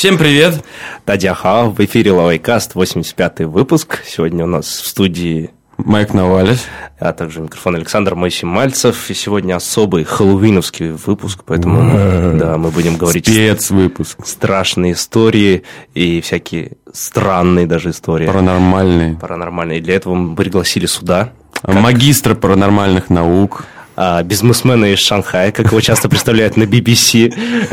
Всем привет! Тадяха, в эфире Лавайкаст, 85-й выпуск. Сегодня у нас в студии Майк Навалис, а также микрофон Александр Моисей Мальцев. И сегодня особый хэллоуиновский выпуск, поэтому мы будем говорить спецвыпуск, страшные истории и всякие странные даже истории. Паранормальные. И для этого мы пригласили сюда магистра паранормальных наук, бизнесмена из Шанхая, как его часто представляют на BBC.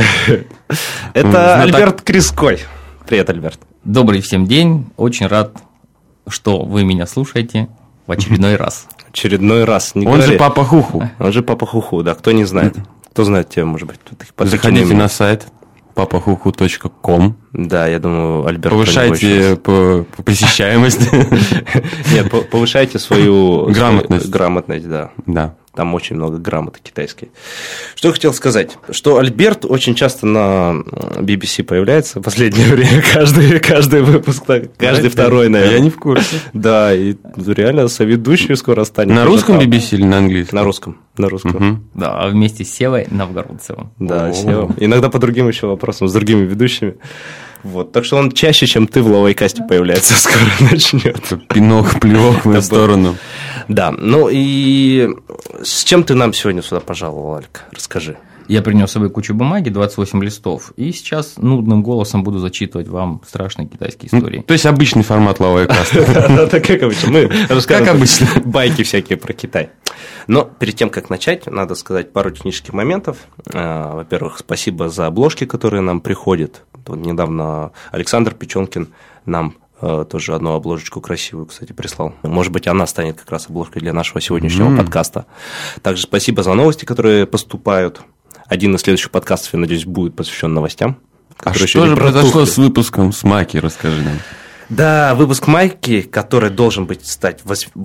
Это Альберт Криской. Привет, Альберт. Добрый всем день. Очень рад, что вы меня слушаете в очередной раз. Очередной раз. Он же Папа Хуху. Он же Папа Хуху, да. Кто не знает. Кто знает тебя, может быть. Заходите на сайт papahuhu.com. Да, я думаю, Альберт... Повышайте посещаемость. Нет, повышайте свою... Грамотность, да. Там очень много грамоты китайской. Что я хотел сказать? Что Альберт очень часто на BBC появляется в последнее время. Каждый выпуск, каждый второй, наверное. Я не в курсе. Да, и реально соведущий скоро станет. На русском BBC или на английском? На русском. Да, вместе с Севой Новгородцевым. Да, Сева. Иногда по другим еще вопросам, с другими ведущими. Вот. Так что он чаще, чем ты в Лавайкасте появляется, скоро начнет. Плевок в мою сторону. Да, ну и с чем ты нам сегодня сюда пожаловал, Алька? Расскажи. Я принес с собой кучу бумаги, 28 листов, и сейчас нудным голосом буду зачитывать вам страшные китайские истории. То есть обычный формат Лавайкаста. Да, как обычно. Мы рассказываем байки всякие про Китай. Но перед тем, как начать, надо сказать пару технических моментов. Во-первых, спасибо за обложки, которые нам приходят. Вот недавно Александр Печенкин нам тоже одну обложечку красивую, кстати, прислал. Может быть, она станет как раз обложкой для нашего сегодняшнего подкаста. Также спасибо за новости, которые поступают. Один из следующих подкастов, я надеюсь, будет посвящен новостям. А что же произошло с выпуском с Майки, расскажи нам. Да, выпуск Майки, который должен быть стать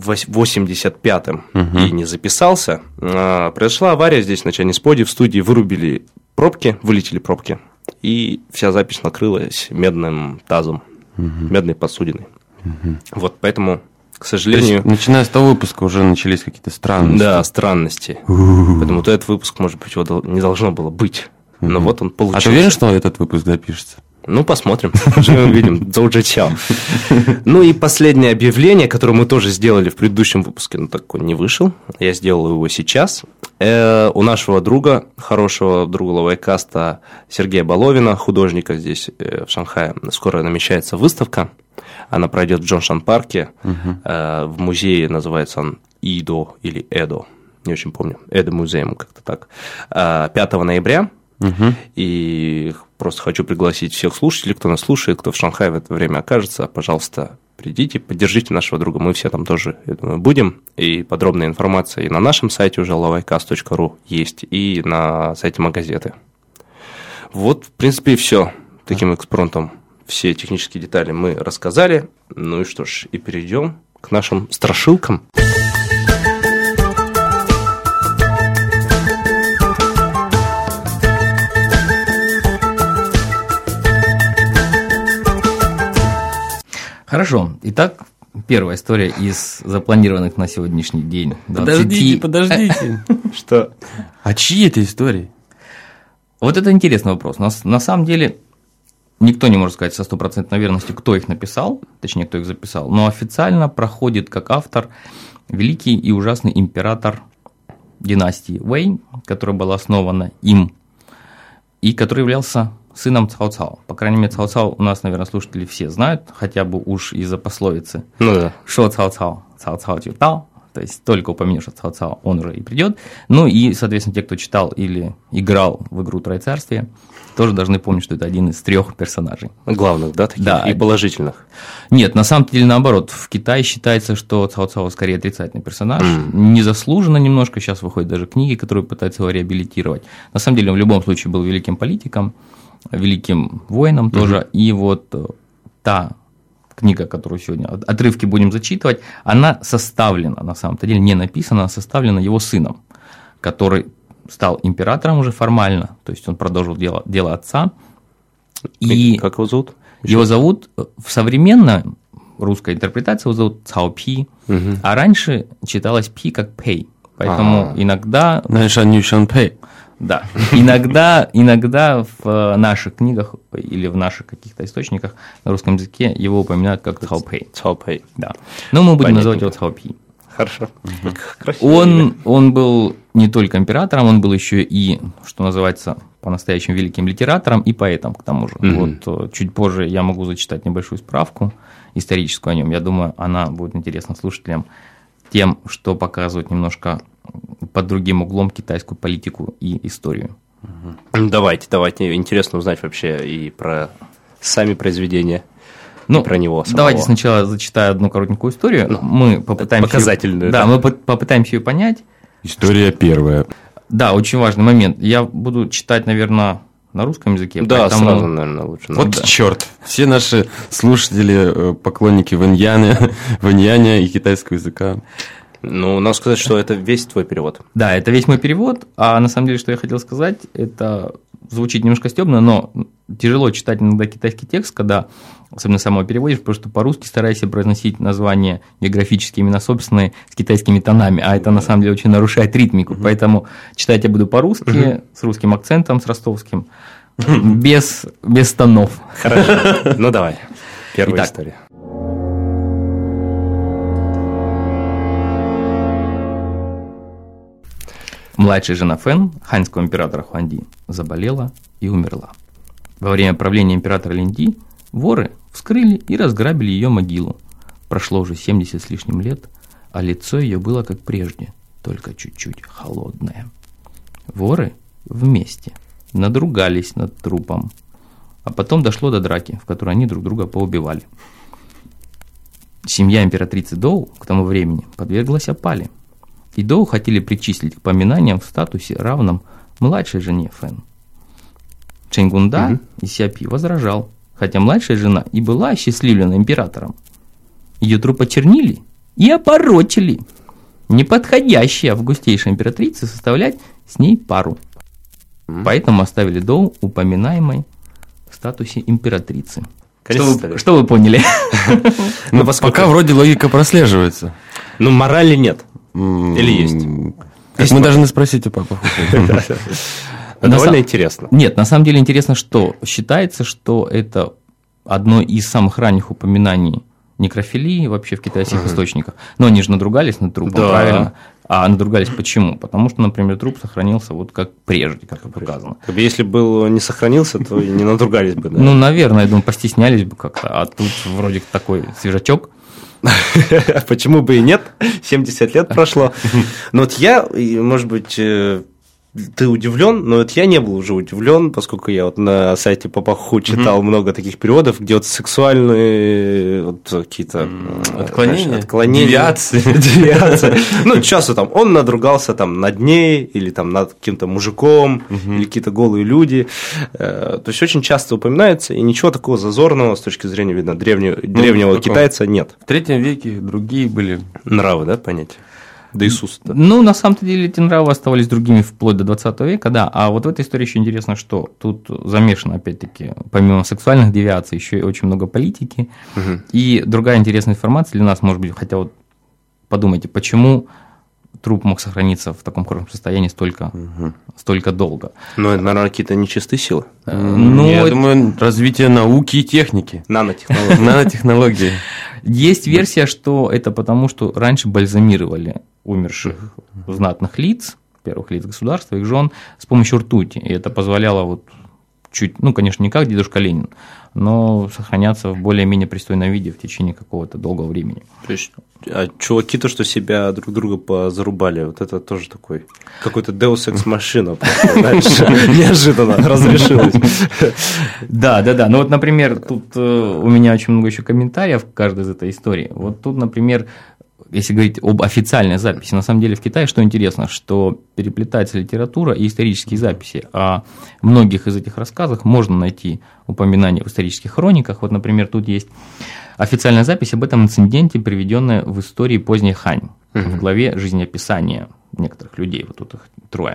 85-м и не записался. Произошла авария здесь на Чайнисподе, в студии вылетели пробки, и вся запись накрылась медным тазом, медной посудиной. Вот поэтому, к сожалению... То есть, начиная с того выпуска уже начались какие-то странности. Да, странности. Поэтому этот выпуск, может быть, его не должно было быть. Но вот он получился. А ты уверен, что этот выпуск допишется? Ну, посмотрим. Живем, видим. Заучачал. Ну и последнее объявление, которое мы тоже сделали в предыдущем выпуске, но так он не вышел. Я сделал его сейчас. У нашего друга, хорошего друга Лавайкаста Сергея Баловина, художника здесь, в Шанхае, скоро намечается выставка. Она пройдет в Джоншан-парке. В музее, называется он Идо или Эдо. Не очень помню. Эдо-музеем, как-то так. 5 ноября. И просто хочу пригласить всех слушателей, кто нас слушает, кто в Шанхае в это время окажется, пожалуйста, придите, поддержите нашего друга, мы все там тоже, я думаю, будем, и подробная информация и на нашем сайте уже lavaycast.ru есть, и на сайте Магазеты. Вот, в принципе, и все. Таким экспромтом все технические детали мы рассказали, ну и что ж, и перейдем к нашим страшилкам. Хорошо. Итак, первая история из запланированных на сегодняшний день. Подождите. Что? А чьи это истории? Вот это интересный вопрос. На самом деле, никто не может сказать со стопроцентной верностью, кто их написал, точнее, кто их записал, но официально проходит как автор великий и ужасный император династии Вэй, которая была основана им, и который являлся сыном Цао Цао. По крайней мере, Цао Цао у нас, наверное, слушатели все знают, хотя бы уж из-за пословицы. Ну да. Шо Цао Цао, Цао Цао Тю Тао. То есть, только упомянешь Цао Цао, он уже и придет. Ну и, соответственно, те, кто читал или играл в игру Троецарствие, тоже должны помнить, что это один из 3 персонажей. Главных, да, таких? Да. И положительных? Нет, на самом деле наоборот. В Китае считается, что Цао Цао скорее отрицательный персонаж. Незаслуженно немножко. Сейчас выходят даже книги, которые пытаются его реабилитировать. На самом деле он в любом случае был великим политиком, великим воином тоже. И вот та книга, которую сегодня отрывки будем зачитывать, она составлена, на самом-то деле не написана, она составлена его сыном, который стал императором уже формально, то есть он продолжил дело отца. И как его зовут? Его зовут, в современной русской интерпретации его зовут Цао Пи, а раньше читалось Пи как Пэй, поэтому иногда... Знаешь, Аню Шан Пэй. Да. Иногда в наших книгах или в наших каких-то источниках на русском языке его упоминают как Cao Pi. Да. Но мы будем называть его Cao Pi. Хорошо. Он был не только императором, он был еще и, что называется, по-настоящему великим литератором и поэтом, к тому же. Вот чуть позже я могу зачитать небольшую справку историческую о нем. Я думаю, она будет интересна слушателям тем, что показывает немножко под другим углом китайскую политику и историю. Давайте. Интересно узнать вообще и про сами произведения. Ну, про него самого. Давайте сначала зачитаю одну коротенькую историю. Мы попытаемся показательную. Да, мы попытаемся ее понять. История первая. Да, очень важный момент. Я буду читать, наверное, на русском языке. Да, поэтому... сразу, наверное, лучше. Вот да. Черт. Все наши слушатели, поклонники вэньяня и китайского языка. Ну, надо сказать, что это весь твой перевод. Да, это весь мой перевод. А на самом деле, что я хотел сказать, это звучит немножко стёбно, но тяжело читать иногда китайский текст, когда особенно самого переводишь, потому что по-русски старайся произносить названия географические, имена собственные, с китайскими тонами, а это на самом деле очень нарушает ритмику. Поэтому читать я буду по-русски, с русским акцентом, с ростовским, без тонов. Хорошо. Ну давай. Первая история. Младшая жена Фэн, ханьского императора Хуанди, заболела и умерла. Во время правления императора Линди воры вскрыли и разграбили ее могилу. Прошло уже 70 с лишним лет, а лицо ее было как прежде, только чуть-чуть холодное. Воры вместе надругались над трупом, а потом дошло до драки, в которой они друг друга поубивали. Семья императрицы Доу к тому времени подверглась опале, и Доу хотели причислить к поминаниям в статусе, равном младшей жене Фэн. Чэньгунда из Сяпи возражал, хотя младшая жена и была осчастливлена императором. Ее труп очернили и опорочили, неподходящей августейшей императрице составлять с ней пару. Поэтому оставили Доу упоминаемой в статусе императрицы. Что вы поняли? Ну, пока вроде логика прослеживается. Ну, морали нет. Или есть? Мы должны спросить у папы. Довольно интересно. Нет, на самом деле интересно, что считается, что это одно из самых ранних упоминаний некрофилии вообще в китайских источниках. Но они же надругались над трупом, правильно? А надругались почему? Потому что, например, труп сохранился вот как прежде, как показано. Если бы не сохранился, то и не надругались бы. Ну, наверное, я думаю, постеснялись бы как-то. А тут вроде такой свежачок. Почему бы и нет? 70 лет прошло. Но вот я, может быть, ты удивлен, но вот я не был уже удивлен, поскольку я вот на сайте Папаху читал много таких переводов, где вот сексуальные вот какие-то отклонения, девиации. Ну, часто там он надругался там над ней, или там над каким-то мужиком, или какие-то голые люди. То есть очень часто упоминается, и ничего такого зазорного с точки зрения, видно, древнего китайца нет. В 3 веке другие были нравы, да, понятия? Да Иисус. Да. Ну, на самом деле, эти нравы оставались другими вплоть до 20 века, да. А вот в этой истории еще интересно, что тут замешано, опять-таки, помимо сексуальных девиаций, еще и очень много политики. И другая интересная информация для нас, может быть, хотя вот подумайте, почему труп мог сохраниться в таком хорошем состоянии столько долго. Ну, это, наверное, какие-то нечистые силы. Я думаю, развитие науки и техники. Нанотехнологии. Есть версия, что это потому, что раньше бальзамировали умерших знатных лиц, первых лиц государства, их жен, с помощью ртути. И это позволяло вот чуть, ну, конечно, не как дедушка Ленин, но сохраняться в более-менее пристойном виде в течение какого-то долгого времени. То есть, чуваки-то, что себя друг друга позарубали, вот это тоже такой, какой-то Deus Ex Machina, неожиданно разрешилось. Да. Ну вот, например, тут у меня очень много еще комментариев к каждой из этой истории. Вот тут, например, если говорить об официальной записи, на самом деле в Китае, что интересно, что переплетается литература и исторические записи. А в многих из этих рассказах можно найти упоминания в исторических хрониках. Вот, например, тут есть официальная запись об этом инциденте, приведенная в истории поздней Хань, в главе жизнеописания некоторых людей, вот тут их 3.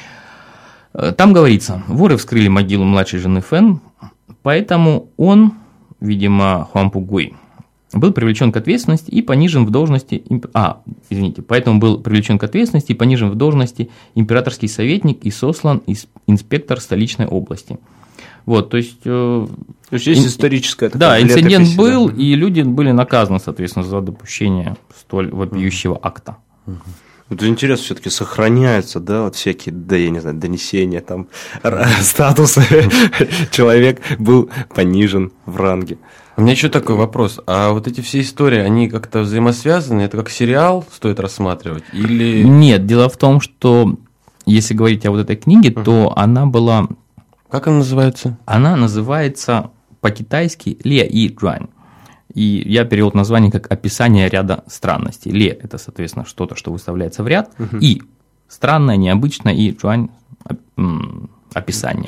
Там говорится, воры вскрыли могилу младшей жены Фэн, поэтому он, видимо, Хуанпугуй, был привлечен к ответственности и понижен в должности... Поэтому был привлечен к ответственности и понижен в должности императорский советник и сослан инспектор столичной области. Вот, то есть здесь историческая такая да, инцидент летопись, был, да. И люди были наказаны, соответственно, за допущение столь вопиющего акта. Вот интересно, все-таки сохраняются, да, вот всякие, да, я не знаю, донесения, там, статусы. Человек был понижен в ранге. У меня еще такой вопрос. А вот эти все истории, они как-то взаимосвязаны? Это как сериал стоит рассматривать? Или... Нет, дело в том, что если говорить о вот этой книге, то она была... Как она называется? Она называется по-китайски «Ле и Джуань». И я перевел название как «Описание ряда странностей». «Ле» – это, соответственно, что-то, что выставляется в ряд, и странное, необычное, и «Джуань» – описание.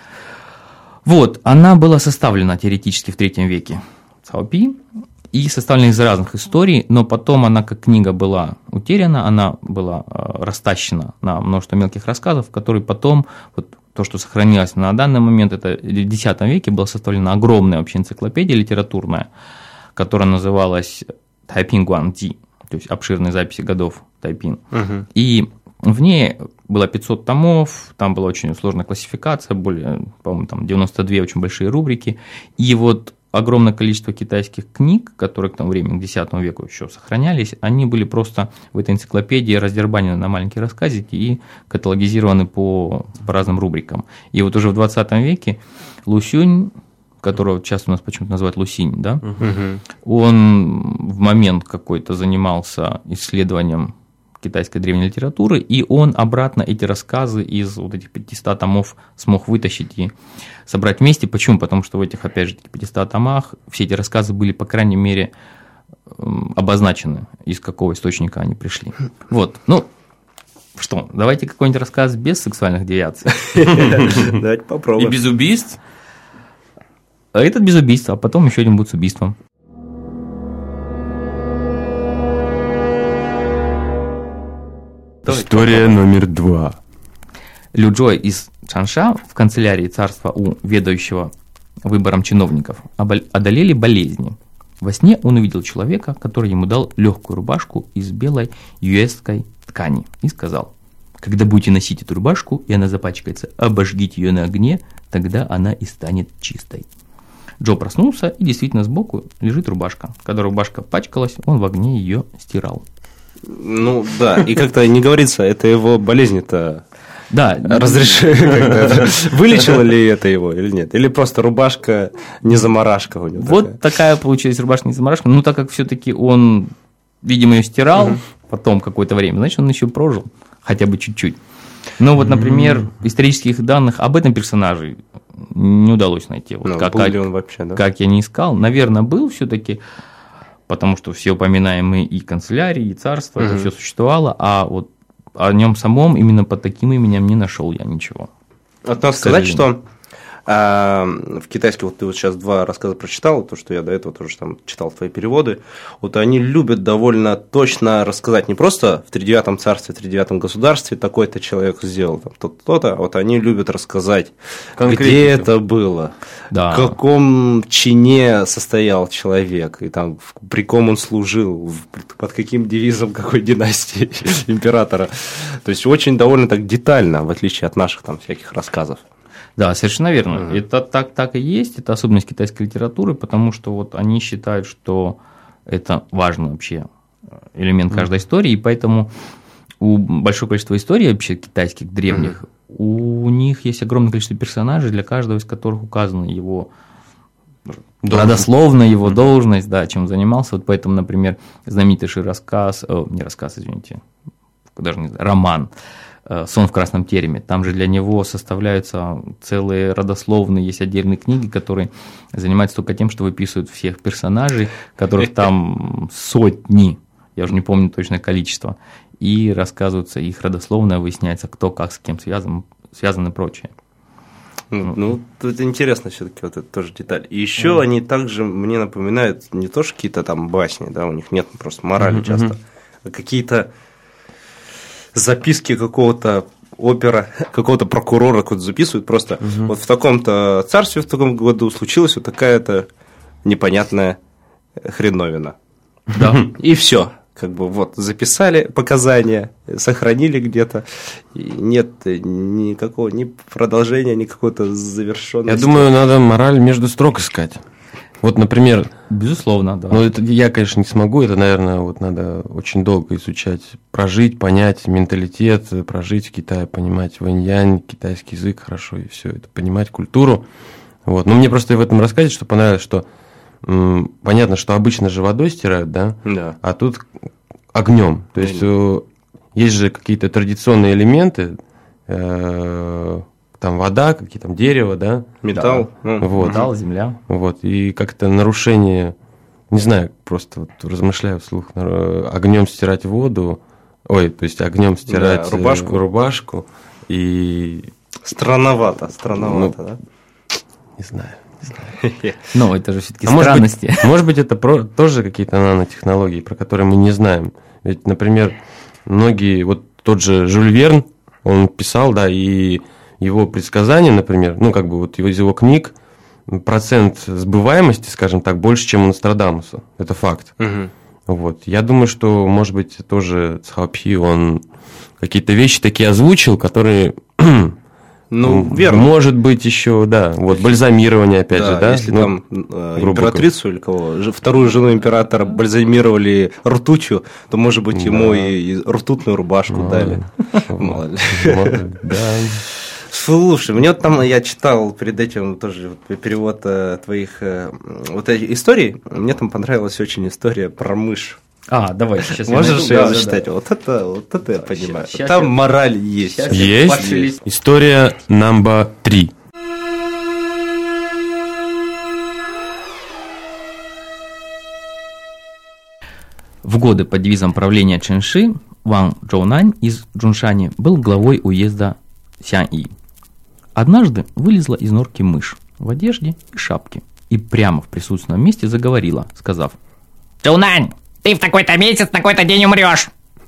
Вот, она была составлена теоретически в III веке Цаопи и составлена из разных историй, но потом она как книга была утеряна, она была растащена на множество мелких рассказов, которые потом, вот то, что сохранилось на данный момент, это в X веке была составлена огромная вообще энциклопедия литературная, которая называлась Тайпин Гуанди, то есть обширные записи годов Тайпин. И в ней было 500 томов, там была очень сложная классификация, более, по-моему, там 92 очень большие рубрики. И вот огромное количество китайских книг, которые к тому времени, к X веку еще сохранялись, они были просто в этой энциклопедии раздербанены на маленькие рассказики и каталогизированы по разным рубрикам. И вот уже в 20 веке Лу Сюнь, которого часто у нас почему-то называют Лусинь, да, он в момент какой-то занимался исследованием китайской древней литературы, и он обратно эти рассказы из вот этих 500 томов смог вытащить и собрать вместе. Почему? Потому что в этих, опять же, 500 томах все эти рассказы были, по крайней мере, обозначены, из какого источника они пришли. Вот, ну, что, давайте какой-нибудь рассказ без сексуальных девиаций. Давайте попробуем. И без убийств? А этот без убийства, а потом еще один будет с убийством. История номер 2. Лю Джой из Чанша в канцелярии царства у ведающего выбором чиновников одолели болезни. Во сне он увидел человека, который ему дал легкую рубашку из белой юэсской ткани и сказал: когда будете носить эту рубашку, и она запачкается, обожгите ее на огне, тогда она и станет чистой. Джо проснулся, и действительно сбоку лежит рубашка. Когда рубашка пачкалась, он в огне ее стирал. Ну да, и как-то не говорится, это его болезнь-то Да, вылечила ли это его или нет? Или просто рубашка не заморашка у него? Вот такая получилась рубашка не заморашка. Ну, так как все-таки он, видимо, ее стирал потом какое-то время, значит, он еще прожил хотя бы чуть-чуть. Но вот, например, исторических данных об этом персонаже не удалось найти. Вот был ли он вообще, да? Как я не искал, наверное, был все-таки, потому что все упоминаемые и канцелярии, и царство, это все существовало, а вот о нем самом именно под таким именем не нашел я ничего. Вот надо сказать, что в китайских, вот ты вот сейчас 2 рассказа прочитал, то, что я до этого тоже там читал твои переводы, вот они любят довольно точно рассказать не просто в тридевятом царстве, в тридевятом государстве такой-то человек сделал там то-то, а вот они любят рассказать, где это было, да. В каком чине состоял человек, и там при ком он служил, под каким девизом какой династии императора. То есть очень довольно так детально, в отличие от наших там всяких рассказов. Да, совершенно верно. Это так и есть, это особенность китайской литературы, потому что вот они считают, что это важный вообще элемент каждой истории, и поэтому у большого количества историй вообще китайских, древних, у них есть огромное количество персонажей, для каждого из которых указана его родословная, его должность, да, чем занимался. Вот поэтому, например, знаменитейший роман «Сон в красном тереме». Там же для него составляются целые родословные, есть отдельные книги, которые занимаются только тем, что выписывают всех персонажей, которых там сотни, я уже не помню точное количество, и рассказывается их родословное, выясняется, кто как с кем связан и прочее. Ну, тут интересно все-таки вот это тоже деталь. И еще они также мне напоминают не то, что какие-то там басни, да, у них нет просто морали часто, а какие-то записки какого-то опера, какого-то прокурора какой-то записывают просто. Вот в таком-то царстве в таком году случилась вот такая-то непонятная хреновина. Да. И все. Как бы вот записали показания, сохранили где-то, и нет никакого ни продолжения, ни какой-то завершенности. Я думаю, надо мораль между строк искать. Вот, например... Безусловно, да. Ну, это я, конечно, не смогу, это, наверное, вот надо очень долго изучать, прожить, понять менталитет, прожить в Китае, понимать вэньянь, китайский язык хорошо, и все это, понимать культуру. Вот. Но мне просто в этом рассказе, что понравилось, что понятно, что обычно же водой стирают, да? Да. А тут огнем. То есть есть же какие-то традиционные элементы, там вода, какие там дерево, да? Металл. Да. Вот. Металл, земля. Вот. И как-то нарушение, не знаю, просто вот размышляю вслух, огнем стирать воду, то есть огнем стирать рубашку и... Странновато, да? Не знаю. Ну, это же все-таки странности. Может быть, это тоже какие-то нанотехнологии, про которые мы не знаем. Ведь, например, многие, вот тот же Жюль Верн, он писал, да, и его предсказания, например, ну, как бы вот из его книг, процент сбываемости, скажем так, больше, чем у Нострадамуса. Это факт. Угу. Вот. Я думаю, что, может быть, тоже Цхао Пхи, он какие-то вещи такие озвучил, которые... Ну, верно. Может быть, еще, да, вот бальзамирование, опять же, да? Если там императрицу или кого, вторую жену императора бальзамировали ртутью, то, может быть, ему и ртутную рубашку дали. Мало ли. Да. Слушай, мне вот там, я читал перед этим тоже перевод твоих вот этих историй, мне там понравилась очень история про мышь. Давай, сейчас можешь ее зачитать? Вот это я понимаю. Там мораль есть. Есть. История номер 3. В годы под девизом правления Чэньши Ван Чжоунань из Чжуншани был главой уезда Сяньи. Однажды вылезла из норки мышь в одежде и шапке и прямо в присутственном месте заговорила, сказав: «Чжоунань, ты в такой-то месяц, такой-то день умрешь!»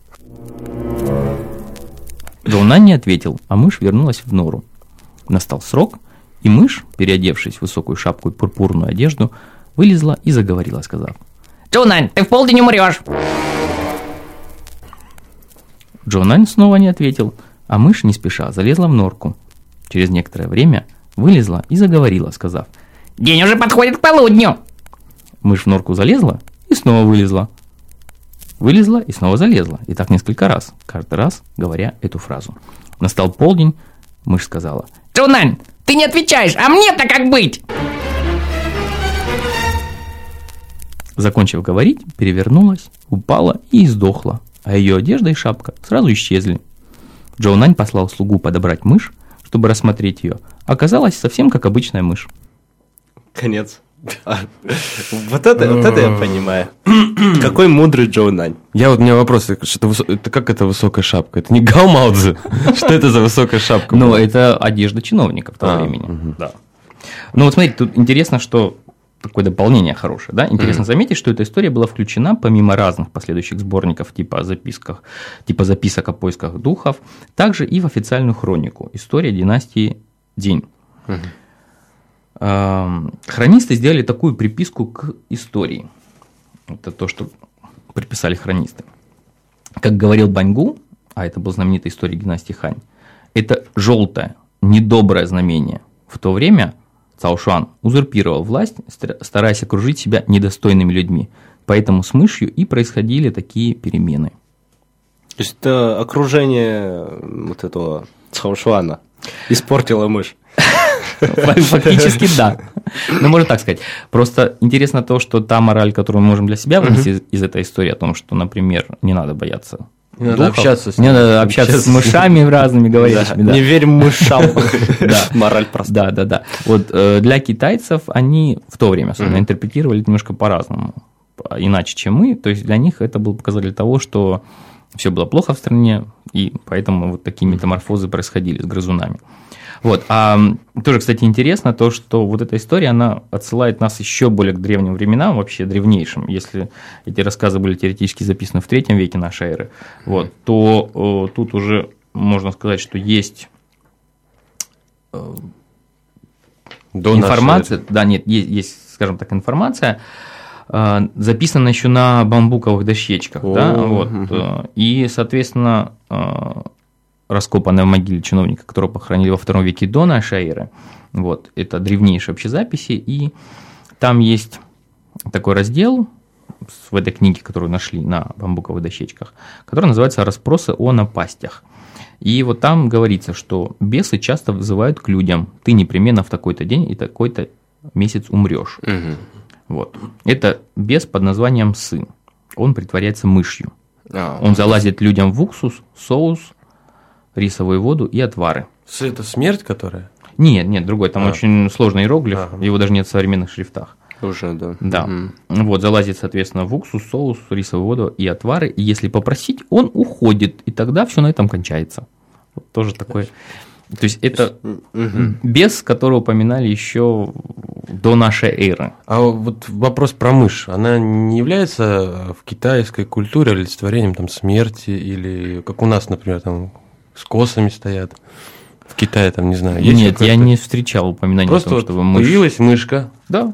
Чжоунань не ответил, а мышь вернулась в нору. Настал срок, и мышь, переодевшись в высокую шапку и пурпурную одежду, вылезла и заговорила, сказав: «Чжоунань, ты в полдень умрешь!» Чжоунань снова не ответил, а мышь не спеша залезла в норку. Через некоторое время вылезла и заговорила, сказав: «День уже подходит к полудню!» Мышь в норку залезла и снова вылезла. Вылезла и снова залезла. И так несколько раз, каждый раз говоря эту фразу. Настал полдень, мышь сказала: «Чжоунань, ты не отвечаешь, а мне-то как быть?» Закончив говорить, перевернулась, упала и издохла, а ее одежда и шапка сразу исчезли. Чжоунань послал слугу подобрать мышь, чтобы рассмотреть ее. Оказалась совсем как обычная мышь. Конец. Вот это я понимаю. Какой мудрый Чжоунань. У меня вопрос, это как это высокая шапка? Это не Гаумаудзе? Что это за высокая шапка? Ну, это одежда чиновников того времени. Да. Ну, вот смотрите, тут интересно, что такое дополнение хорошее, да? Интересно заметить, что эта история была включена помимо разных последующих сборников типа записок о поисках духов, также и в официальную хронику «История династии Дзинь». Хронисты сделали такую приписку к истории. Это то, что приписали хронисты. Как говорил Баньгу, а это был знаменитый историк династии Хань, это желтое, недоброе знамение. В то время Цао Шуан узурпировал власть, стараясь окружить себя недостойными людьми. Поэтому с мышью и происходили такие перемены. То есть это окружение вот этого Цао Шуана испортило мышь. Фактически да. Ну, можно так сказать. Просто интересно то, что та мораль, которую мы можем для себя вынести из этой истории, о том, что, например, не надо бояться не надо общаться с ними. Не надо общаться с мышами разными говорящими. Не верь мышам. Мораль простая. Да. Вот для китайцев они в то время особенно интерпретировали немножко по-разному. Иначе, чем мы. То есть для них это был показатель того, что все было плохо в стране, и поэтому вот такие метаморфозы происходили с грызунами. Вот. А тоже, кстати, интересно то, что вот эта история, она отсылает нас еще более к древним временам, вообще древнейшим. Если эти рассказы были теоретически записаны в 3 веке нашей эры, вот, то тут уже можно сказать, что есть информация, есть, скажем так, информация записано еще на бамбуковых дощечках, да, вот, и, соответственно, раскопанная в могиле чиновника, которого похоронили во II веке до нашей эры, вот, это древнейшие вообще записи, и там есть такой раздел в этой книге, которую нашли на бамбуковых дощечках, который называется «Расспросы о напастях». И вот там говорится, что бесы часто вызывают к людям: ты непременно в такой-то день и такой-то месяц умрешь. Вот. Это бес под названием сын. Он притворяется мышью. Он залазит людям в уксус, соус, рисовую воду и отвары. Это смерть, которая? Нет, другой. Там очень сложный иероглиф, его даже нет в современных шрифтах. Уже, да. Да. Вот, залазит, соответственно, в уксус, соус, рисовую воду и отвары, и если попросить, он уходит, и тогда все на этом кончается. Вот тоже такое. То есть это бес, которого упоминали еще до нашей эры. А вот вопрос про мышь, она не является в китайской культуре олицетворением там смерти, или как у нас, например, там с косами стоят? В Китае там, не знаю, есть? Нет, я не встречал упоминания просто о том, вот чтобы мышь... появилась мышка. Да.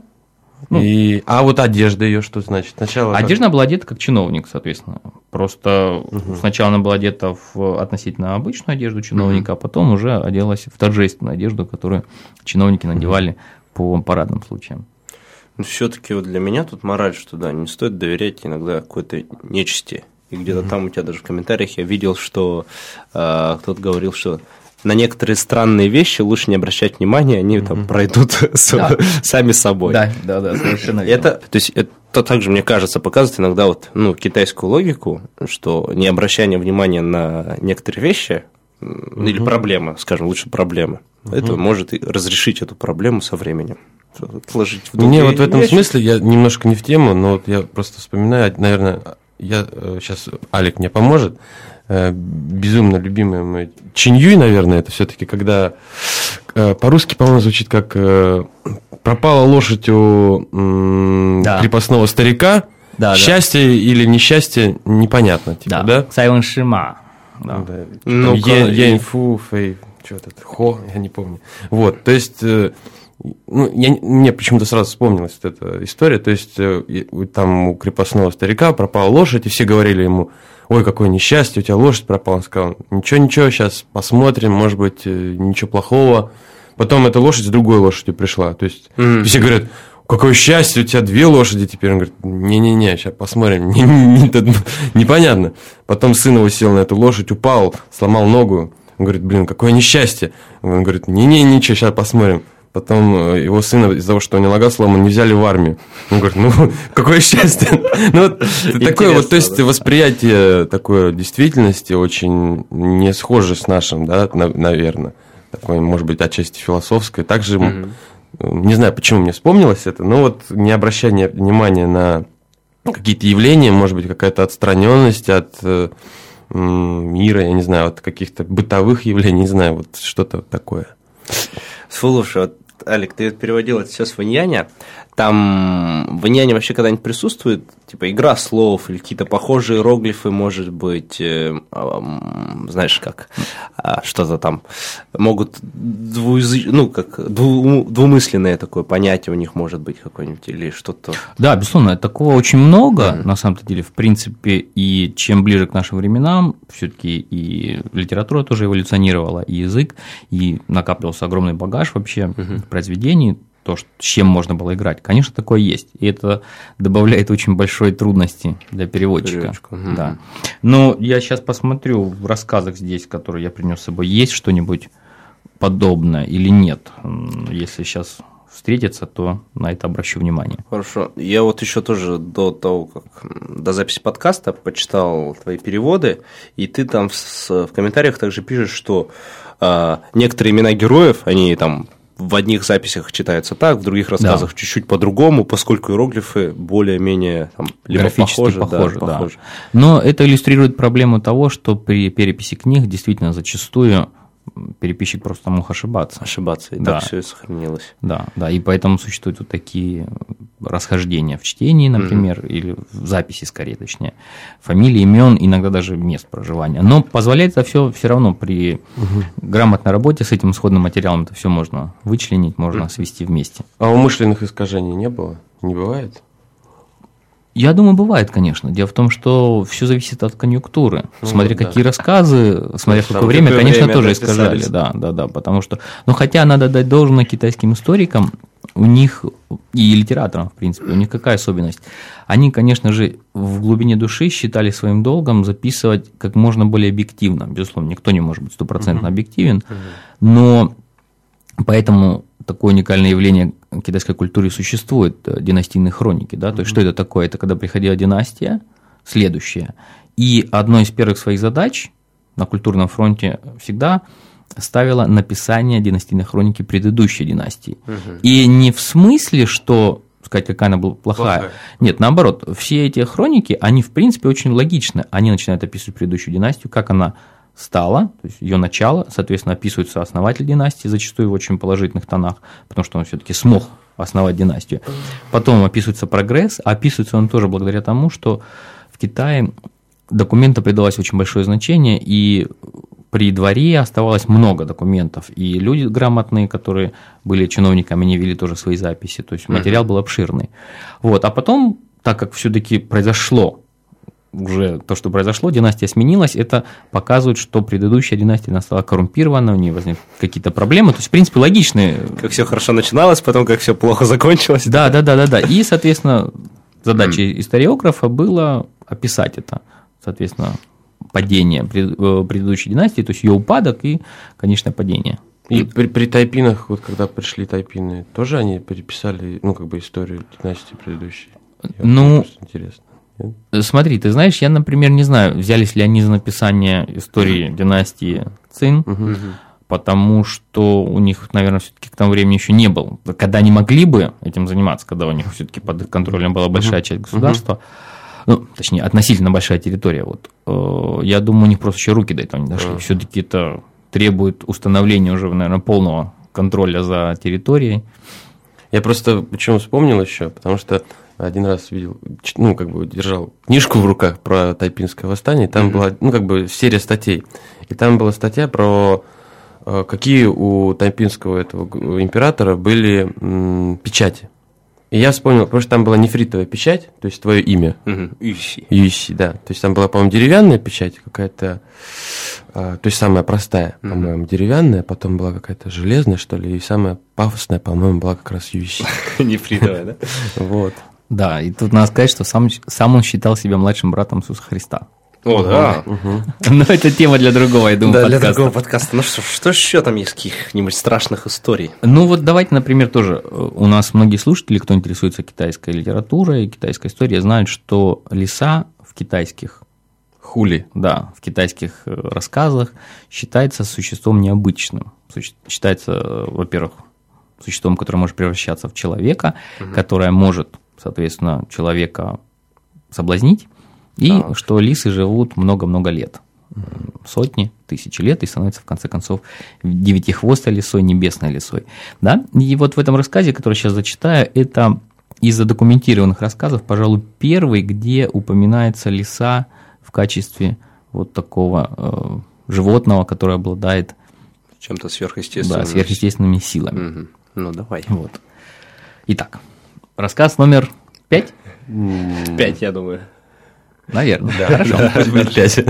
А вот одежда ее что значит? Сначала одежда была одета как чиновник, соответственно. Просто сначала она была одета в относительно обычную одежду чиновника, а потом уже оделась в торжественную одежду, которую чиновники надевали по парадным случаям. Но все-таки вот для меня тут мораль, что да, не стоит доверять иногда какой-то нечисти. И где-то там у тебя даже в комментариях я видел, что кто-то говорил, что на некоторые странные вещи лучше не обращать внимания, они там пройдут сами собой. Да, совершенно верно. То есть это также, мне кажется, показывает иногда вот, китайскую логику, что не обращание внимания на некоторые вещи или проблемы, скажем, лучше проблемы, это может разрешить эту проблему со временем. Мне вот в этом смысле, я немножко не в тему, но вот я просто вспоминаю, наверное, сейчас Алик мне поможет, безумно любимый мой Чиньюй, наверное, это все-таки, когда по-русски, по-моему, звучит как пропала лошадь у крепостного старика, счастье или несчастье непонятно, типа, да? Сайвен Шима. Яньфу, Фэй, что-то, Хо, я не помню. Вот, то есть, мне почему-то сразу вспомнилась вот эта история, то есть, там у крепостного старика пропала лошадь, и все говорили ему: ой, какое несчастье, у тебя лошадь пропала. Он сказал: ничего, сейчас посмотрим, может быть, ничего плохого. Потом эта лошадь с другой лошадью пришла. То есть, все говорят: какое счастье, у тебя 2 лошади теперь. Он говорит: не-не-не, сейчас посмотрим, непонятно. Потом сын его сел на эту лошадь, упал, сломал ногу. Он говорит: блин, какое несчастье. Он говорит: не-не, ничего, сейчас посмотрим. Потом его сына из-за того, что у него нога сломана, не взяли в армию. Он говорит: какое счастье. Такое вот, то есть восприятие такой действительности очень не схоже с нашим, да, наверное. Такое, может быть, отчасти философское. Также, не знаю, почему мне вспомнилось это, но вот не обращание внимания на какие-то явления, может быть, какая-то отстраненность от мира, я не знаю, от каких-то бытовых явлений, не знаю, вот что-то такое. Слушай, вот, Алик, ты переводил это все с вэньяня. Там в вэньяне вообще когда-нибудь присутствует, типа, игра слов или какие-то похожие иероглифы, может быть, знаешь, как что-то там могут двумысленное такое понятие у них может быть какое-нибудь или что-то. Да, безусловно, такого очень много, на самом-то деле, в принципе, и чем ближе к нашим временам, все-таки и литература тоже эволюционировала, и язык, и накапливался огромный багаж вообще произведений, то, с чем можно было играть. Конечно, такое есть. И это добавляет очень большой трудности для переводчика. Да. Но я сейчас посмотрю в рассказах здесь, которые я принес с собой, есть что-нибудь подобное или нет. Если сейчас встретится, то на это обращу внимание. Хорошо. Я вот еще тоже до записи подкаста почитал твои переводы, и ты там в комментариях также пишешь, что некоторые имена героев, они там в одних записях читаются так, в других рассказах чуть-чуть по-другому, поскольку иероглифы более-менее там, либо графически похожи. Но это иллюстрирует проблему того, что при переписи книг действительно зачастую переписчик просто мог ошибаться. И так все и сохранилось. Да, и поэтому существуют вот такие расхождения в чтении, например, или в записи, скорее, точнее, фамилий, имен, иногда даже мест проживания. Но позволяет это все равно при грамотной работе с этим исходным материалом это все можно вычленить, можно свести вместе. А умышленных искажений не было? Не бывает? Я думаю, бывает, конечно. Дело в том, что все зависит от конъюнктуры. Смотря какие рассказы, смотря в какое время, конечно, тоже искажали. Да, потому что... Но хотя надо дать должное китайским историкам, у них и литераторам, в принципе, у них какая особенность? Они, конечно же, в глубине души считали своим долгом записывать как можно более объективно. Безусловно, никто не может быть 100% объективен, но поэтому такое уникальное явление в китайской культуре существует, династийные хроники. Да? То есть, что это такое? Это когда приходила династия, следующая, и одной из первых своих задач на культурном фронте всегда ставила написание династийной хроники предыдущей династии. И не в смысле, что сказать, какая она была плохая. Нет, наоборот, все эти хроники, они в принципе очень логичны. Они начинают описывать предыдущую династию, как она стала, то есть ее начало, соответственно, описывается основатель династии, зачастую в очень положительных тонах, потому что он все-таки смог основать династию. Потом описывается прогресс, а описывается он тоже благодаря тому, что в Китае документам придалось очень большое значение, и при дворе оставалось много документов, и люди грамотные, которые были чиновниками, они вели тоже свои записи, то есть материал был обширный. Вот. А потом, так как все-таки произошло уже то, что произошло, династия сменилась, это показывает, что предыдущая династия стала коррумпирована, у нее возникли какие-то проблемы, то есть, в принципе, логичные. Как все хорошо начиналось, потом как все плохо закончилось. Да. И, соответственно, задачей историографа было описать это, соответственно, падение предыдущей династии, то есть ее упадок и конечное падение. И при тайпинах, вот когда пришли тайпины, тоже они переписали, историю династии предыдущей? Интересно. Смотри, ты знаешь, я, например, не знаю, взялись ли они за написание истории династии Цин, потому что у них, наверное, все-таки к тому времени еще не было. Когда они могли бы этим заниматься, когда у них все-таки под их контролем была большая часть государства, точнее, относительно большая территория, я думаю, у них просто еще руки до этого не дошли. Все-таки это требует установления уже, наверное, полного контроля за территорией. Я просто почему вспомнил еще, потому что один раз видел, держал книжку в руках про тайпинское восстание, и там была, серия статей. И там была статья про какие у тайпинского этого императора были печати. И я вспомнил, потому что там была нефритовая печать, то есть твое имя. Юйси, да. То есть там была, по-моему, деревянная печать какая-то, то есть самая простая, по-моему, деревянная, потом была какая-то железная, что ли, и самая пафосная, по-моему, была как раз Юйси. Нефритовая, да? Вот. Да, и тут надо сказать, что сам он считал себя младшим братом Иисуса Христа. О, да. Но это тема для другого, я думаю, подкаста. Для другого подкаста. Ну что еще там есть каких-нибудь страшных историй? Давайте, например, тоже. У нас многие слушатели, кто интересуется китайской литературой, китайской историей, знают, что лиса в китайских в китайских рассказах считается существом необычным. Считается, во-первых, существом, которое может превращаться в человека, которое может, соответственно, человека соблазнить, и что лисы живут много-много лет, сотни, тысячи лет, и становятся, в конце концов, девятихвостой лисой, небесной лисой. Да? И вот в этом рассказе, который сейчас зачитаю, это из задокументированных рассказов, пожалуй, первый, где упоминается лиса в качестве вот такого животного, которое обладает чем-то сверхъестественным. Да, сверхъестественными силами. Ну, давай. Вот. Итак, рассказ номер 5? 5, я думаю. Наверное. Да, хорошо. Пусть будет 5.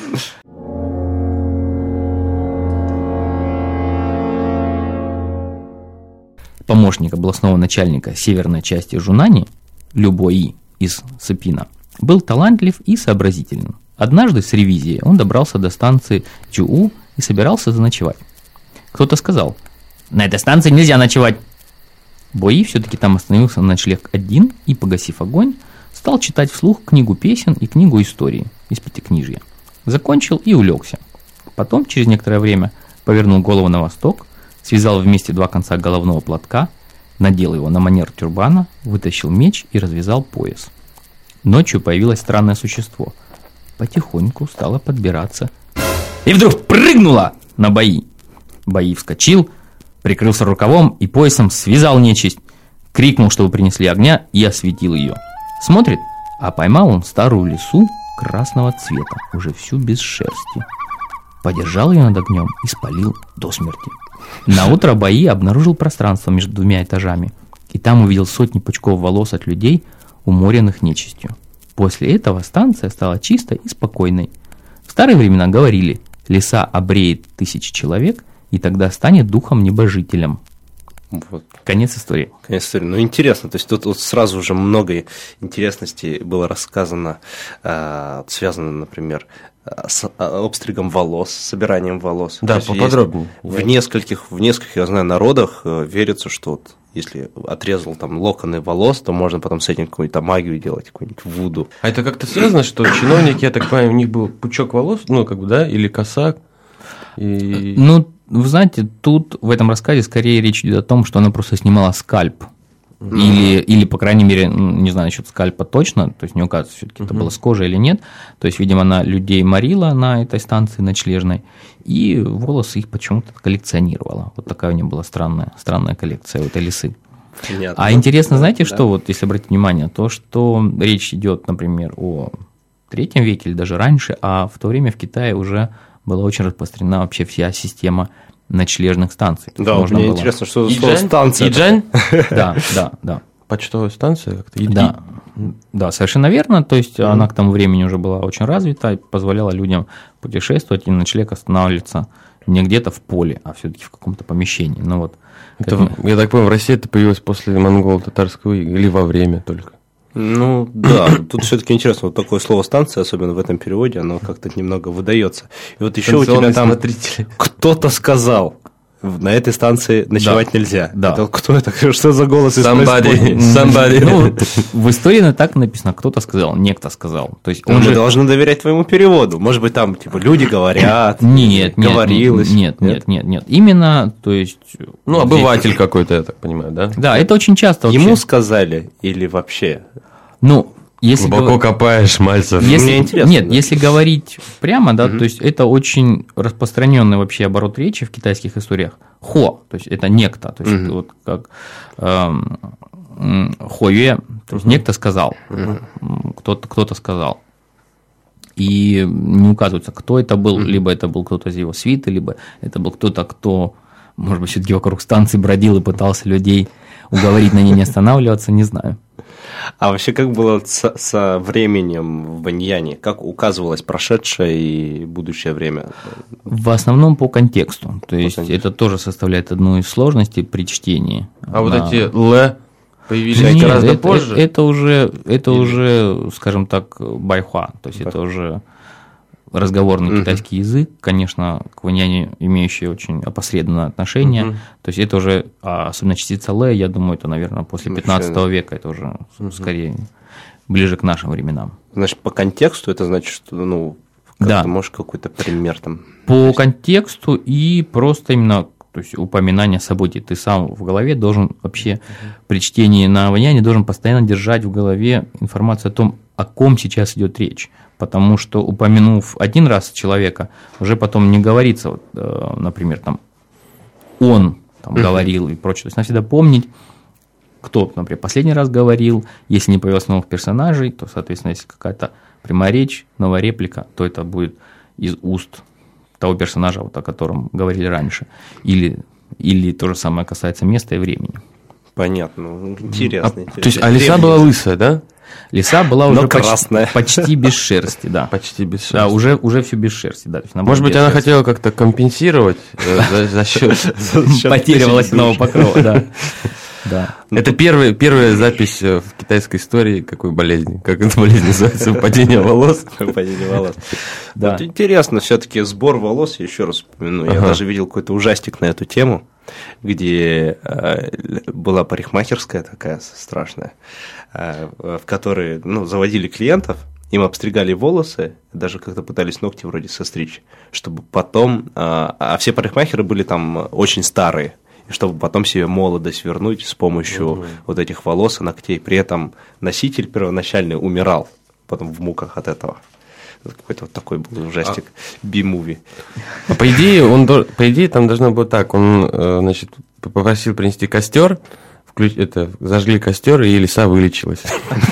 Помощник областного начальника северной части Жунани, Лю Буои из Сыпина, был талантлив и сообразителен. Однажды с ревизией он добрался до станции Чуу и собирался заночевать. Кто-то сказал: «На этой станции нельзя ночевать». Буои все-таки там остановился на ночлег один и, погасив огонь, стал читать вслух книгу песен и книгу истории из пятикнижья. Закончил и улегся. Потом, через некоторое время, повернул голову на восток, связал вместе два конца головного платка, надел его на манер тюрбана, вытащил меч и развязал пояс. Ночью появилось странное существо. Потихоньку стало подбираться. И вдруг прыгнуло на Буои. Буои вскочил, прикрылся рукавом и поясом связал нечисть, крикнул, чтобы принесли огня, и осветил ее. Смотрит, а поймал он старую лису красного цвета, уже всю без шерсти. Подержал ее над огнем и спалил до смерти. Наутро Буои обнаружил пространство между двумя этажами, и там увидел сотни пучков волос от людей, уморенных нечистью. После этого станция стала чистой и спокойной. В старые времена говорили: лиса обреет 1000 человек, и тогда станет духом-небожителем. Вот. Конец истории. Конец истории. Ну, интересно, то есть тут вот сразу уже много интересностей было рассказано, связано, например, с обстригом волос, собиранием волос. Да, поподробнее. В нескольких, я знаю, народах верится, что вот если отрезал там локоны волос, то можно потом с этим какую-то магию делать, какую-нибудь вуду. А это как-то связано, что чиновники, я так понимаю, у них был пучок волос, ну, как бы, да, или коса? И... Ну, вы знаете, тут в этом рассказе скорее речь идет о том, что она просто снимала скальп. Или, по крайней мере, не знаю насчет скальпа точно, то есть не указывается, все-таки это было с кожей или нет. То есть, видимо, она людей морила на этой станции ночлежной, и волосы их почему-то коллекционировала. Вот такая у нее была странная коллекция у этой лисы. Понятно. А интересно, знаете, что вот, если обратить внимание, то, что речь идет, например, о III веке или даже раньше, а в то время в Китае уже была очень распространена вообще вся система ночлежных станций. Да, мне интересно, что за слово станция. Иджань? Да. Почтовая станция как-то? Да, совершенно верно. То есть она к тому времени уже была очень развита, позволяла людям путешествовать и на ночлег останавливаться не где-то в поле, а все-таки в каком-то помещении. Ну, вот, я так понимаю, в России это появилось после монголо-татарского или во время только? Ну да, тут все-таки интересно, вот такое слово станция, особенно в этом переводе, оно как-то немного выдается. И вот еще у тебя там кто-то сказал: на этой станции ночевать нельзя. Да. Это кто это? Что за голос из Somebody. Ну, в истории так написано: кто-то сказал, некто сказал. То есть мы должны доверять твоему переводу. Может быть, там типа люди говорят, говорилось. Нет. Именно, то есть. Ну, обыватель какой-то, я так понимаю, да? Да, это очень часто. Ему сказали или вообще? Ну, если глубоко копаешь, Мальцев. Мне интересно. Нет, если говорить прямо, да, то есть это очень распространенный вообще оборот речи в китайских историях. Хо, то есть это некто, то есть вот как хоюэ, то есть некто сказал, кто-то сказал. И не указывается, кто это был, либо это был кто-то из его свиты, либо это был кто-то, кто, может быть, все-таки вокруг станции бродил и пытался людей уговорить на ней не останавливаться, не знаю. А вообще как было со временем в Баньяне? Как указывалось прошедшее и будущее время? В основном по контексту. То есть это тоже составляет одну из сложностей при чтении. А вот эти «л» появились гораздо позже? Это уже, скажем так, байхуа. То есть это уже разговорный китайский язык, конечно, к Ваньяне имеющий очень опосредованное отношение. То есть это уже, особенно частица «л», я думаю, это, наверное, после 15 века, это уже скорее ближе к нашим временам. Значит, по контексту это значит, что, ну, да. Можешь какой-то пример там? По контексту и просто именно, то есть упоминание событий. Ты сам в голове должен вообще при чтении на Ваньяне должен постоянно держать в голове информацию о том, о ком сейчас идет речь. Потому что, упомянув один раз человека, уже потом не говорится, вот, например, там, он там, говорил и прочее. То есть надо всегда помнить, кто, например, последний раз говорил. Если не появилось новых персонажей, то, соответственно, если какая-то прямая речь, новая реплика, то это будет из уст того персонажа, вот, о котором говорили раньше. Или то же самое касается места и времени. Понятно. Интересно. То есть, а лиса была лысая, да? Лиса была уже почти без шерсти, да. Почти без шерсти. Да, уже все без шерсти, да. Может быть, она хотела как-то компенсировать за счет потери волосяного покрова, да. Да. Это первая запись в китайской истории какой болезни? Как эта болезнь называется? Падение волос? Падение волос. Да. Вот интересно, все-таки сбор волос, я еще раз вспомину. Я даже видел какой-то ужастик на эту тему, где была парикмахерская такая страшная, в которой заводили клиентов, им обстригали волосы, даже как-то пытались ногти вроде состричь, чтобы потом... А все парикмахеры были там очень старые, чтобы потом себе молодость вернуть с помощью вот этих волос и ногтей. При этом носитель первоначальный умирал потом в муках от этого. Какой-то вот такой был ужастик, би-муви. По идее, там должно было так. Он, значит, попросил принести костер, зажгли костер, и лиса вылечилась.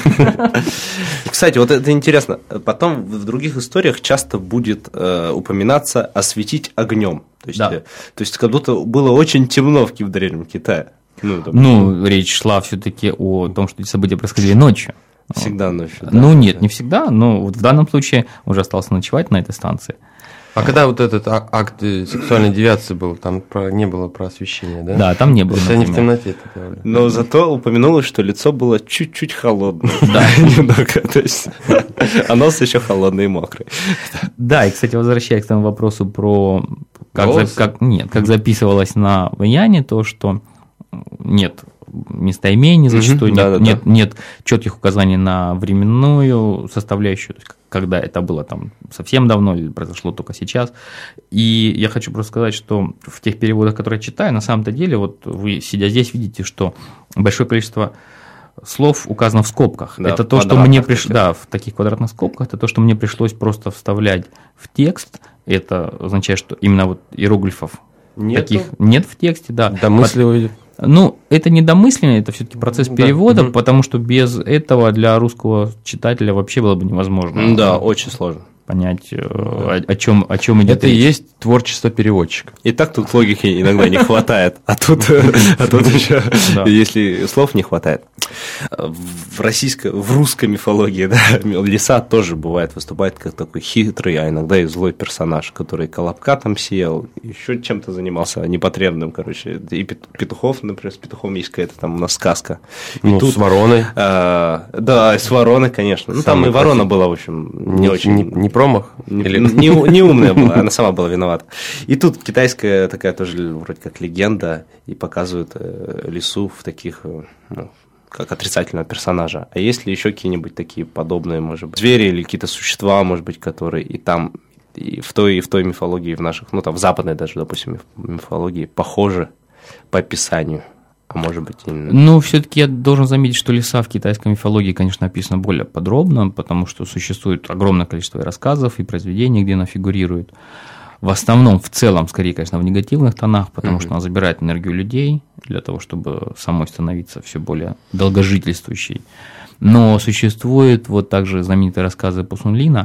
Кстати, вот это интересно. Потом в других историях часто будет упоминаться осветить огнем. То есть как будто было очень темно в Древнем Китае. Речь шла все-таки о том, что эти события происходили ночью. Всегда ночью. Да? Ну, нет, не всегда, но вот в данном случае уже остался ночевать на этой станции. А когда вот этот акт сексуальной девиации был, там не было про освещение, да? Да, там не было. То есть они в темноте это делали. Но зато упомянулось, что лицо было чуть-чуть холодное. Да, немного. То есть, а нос еще холодный и мокрый. Да, и, кстати, возвращаясь к тому вопросу про как записывалось на Яне, то, что нет местоимений зачастую, нет четких указаний на временную составляющую, то есть когда это было там совсем давно или произошло только сейчас. И я хочу просто сказать, что в тех переводах, которые я читаю, на самом-то деле, вот вы, сидя здесь, видите, что большое количество слов указано в скобках. Да, это то, что мне пришлось, да, в таких квадратных скобках, это то, что мне пришлось просто вставлять в текст. Это означает, что именно вот иероглифов таких нет в тексте, да. Домысливали. Ну, это не домысленно, это все-таки процесс перевода, потому что без этого для русского читателя вообще было бы невозможно. Да, очень сложно понять, о чем идет. Это и есть творчество переводчика. И так тут логики иногда не хватает, а тут еще, если слов не хватает. В русской мифологии, да, лиса тоже бывает выступает как такой хитрый, а иногда и злой персонаж, который колобка там съел, еще чем-то занимался непотребным, короче. И петухов, например, с петухом есть какая-то там у нас сказка. Ну, с вороной. Да, с вороной, конечно. Ну, там и ворона была, в общем, не очень... Не промах? Не умная была, она сама была виновата. И тут китайская такая тоже вроде как легенда, и показывают лису в таких, ну, как отрицательного персонажа. А есть ли еще какие-нибудь такие подобные, может быть, звери или какие-то существа, может быть, которые и там, и в той мифологии, в наших, ну там в западной даже, допустим, мифологии похожи по описанию? А может быть, именно... Ну, все-таки я должен заметить, что лиса в китайской мифологии, конечно, описана более подробно, потому что существует огромное количество рассказов и произведений, где она фигурирует. В основном, в целом, скорее, конечно, в негативных тонах, потому что она забирает энергию людей для того, чтобы самой становиться все более долгожительствующей. Но существуют вот также знаменитые рассказы Пусунлина,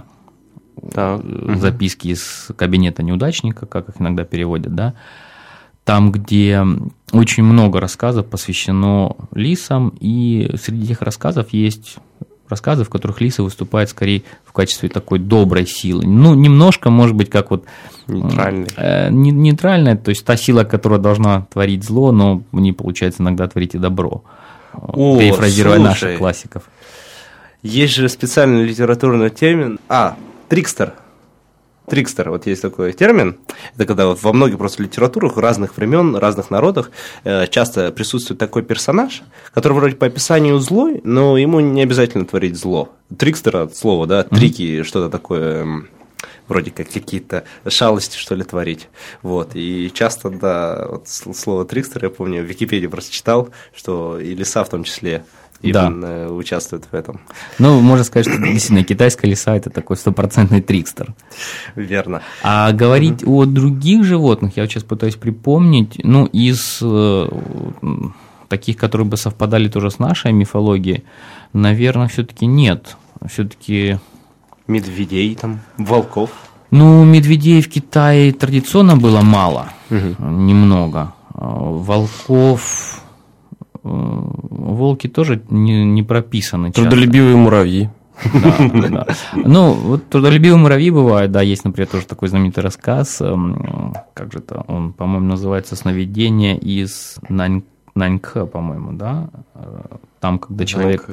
записки из кабинета неудачника, как их иногда переводят, да, там, где очень много рассказов посвящено лисам, и среди этих рассказов есть рассказы, в которых лиса выступает скорее в качестве такой доброй силы. Ну, немножко, может быть, как вот... Нейтральная, то есть та сила, которая должна творить зло, но не получается иногда творить и добро. Перефразируя наших классиков. Есть же специальный литературный термин. Трикстер. Трикстер, вот есть такой термин, это когда вот во многих просто литературах разных времен, разных народах часто присутствует такой персонаж, который вроде по описанию злой, но ему не обязательно творить зло. Трикстер от слова, да, трики, что-то такое, вроде как какие-то шалости, что ли, творить. Вот. И часто, да, вот слово трикстер, я помню, в Википедии просто читал, что и лиса в том числе участвует в этом. Ну, можно сказать, что действительно китайская лиса – это такой стопроцентный трикстер. Верно. А говорить о других животных, я вот сейчас пытаюсь припомнить, ну, из таких, которые бы совпадали тоже с нашей мифологией, наверное, все-таки нет. Все-таки... Медведей там, волков. Ну, медведей в Китае традиционно было мало, немного. Волков... Волки тоже не прописаны часто. Трудолюбивые муравьи. Да. Ну, вот трудолюбивые муравьи бывают, да, есть, например, тоже такой знаменитый рассказ, как же это, он, по-моему, называется «Сновидение из Нанька», по-моему, да, там, когда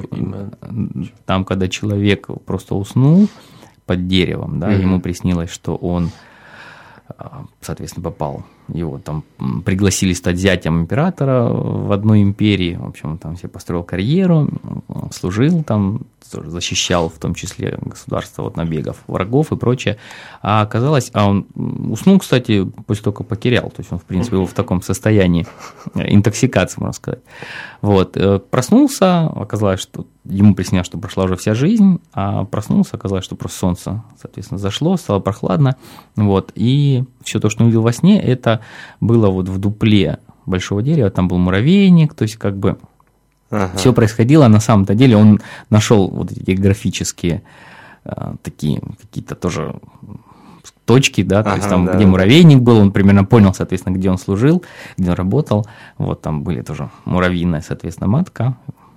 человек просто уснул под деревом, да, ему приснилось, что он, соответственно, попал, его там пригласили стать зятем императора в одной империи, в общем, он там себе построил карьеру, служил там, защищал в том числе государство от набегов врагов и прочее, а оказалось, он уснул, кстати, после того, как потерял, то есть он, в принципе, был в таком состоянии интоксикации, можно сказать. Вот, проснулся, оказалось, что ему приснилось, что прошла уже вся жизнь, а проснулся, оказалось, что просто солнце, соответственно, зашло, стало прохладно, вот, и все то, что он видел во сне, это было вот в дупле большого дерева, там был муравейник, то есть как бы все происходило, на самом-то деле он нашел вот эти графические такие какие-то тоже точки, да, то есть там, где муравейник был, он примерно понял, соответственно, где он служил, где он работал, вот там были тоже муравьиная, соответственно, матка,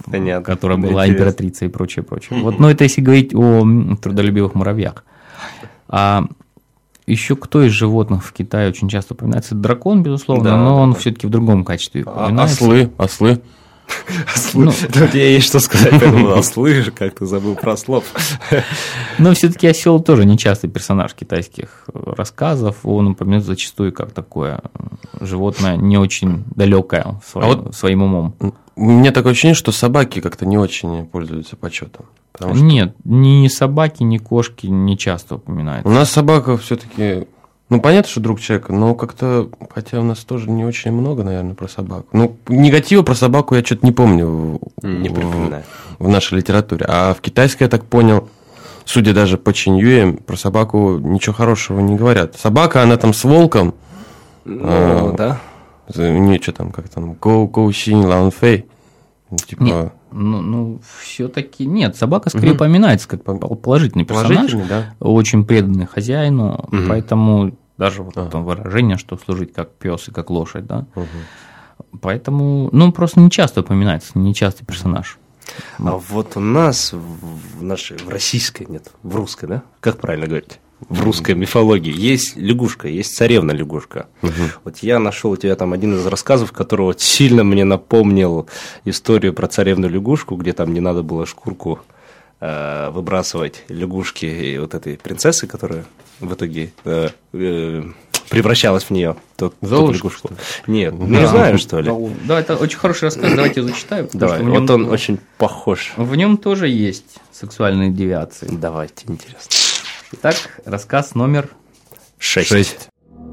Понятно. которая была Интересно. императрицей и прочее, прочее. Вот, но это если говорить о трудолюбивых муравьях. А еще кто из животных в Китае очень часто упоминается? Дракон, безусловно, Да, но да, он да. все-таки в другом качестве упоминается. Ослы. Ослы. Ну, Тут я есть что сказать, поэтому ослы, как ты забыл про слов. Но все-таки осел тоже нечастый персонаж китайских рассказов. Он упоминается зачастую как такое животное не очень далекое своим умом. У меня такое ощущение, что собаки как-то не очень пользуются почетом. Потому что Нет, ни собаки, ни кошки не часто у упоминаются. нас собака все-таки. Ну, понятно, что друг человека, но как-то, хотя у нас тоже не очень много, наверное, про собаку. Ну, негатива про собаку я что-то не помню Не припоминаю. в нашей литературе. А в китайской, я так понял, судя даже по Чиньюе, про собаку ничего хорошего не говорят. Собака, она там с волком. Ну, да. У нее что там, как там, Гоу Синь Лаун Фэй. Типа. Нет, ну все-таки нет. Собака скорее упоминается как положительный персонаж, Положительный, да. очень преданный хозяину, Мгм. поэтому даже вот Ага. это выражение, что служить как пес и как лошадь, да. Мгм. Поэтому, ну, просто не часто упоминается, не частый персонаж. А вот у нас в российской, нет, в русской, да? Как правильно говорить? В русской мифологии есть лягушка, есть царевна лягушка. Вот я нашел у тебя там один из рассказов, который вот сильно мне напомнил историю про царевну лягушку, где там не надо было шкурку выбрасывать лягушки и вот этой принцессы, которая в итоге превращалась в нее. Золушка, лягушку. что ли? Нет, не знаю, что ли. Да, это очень хороший рассказ, давайте я зачитаю. потому Давай, что в нем- вот он очень похож. В нем тоже есть сексуальные девиации. Давайте, интересно. Итак, рассказ номер 6.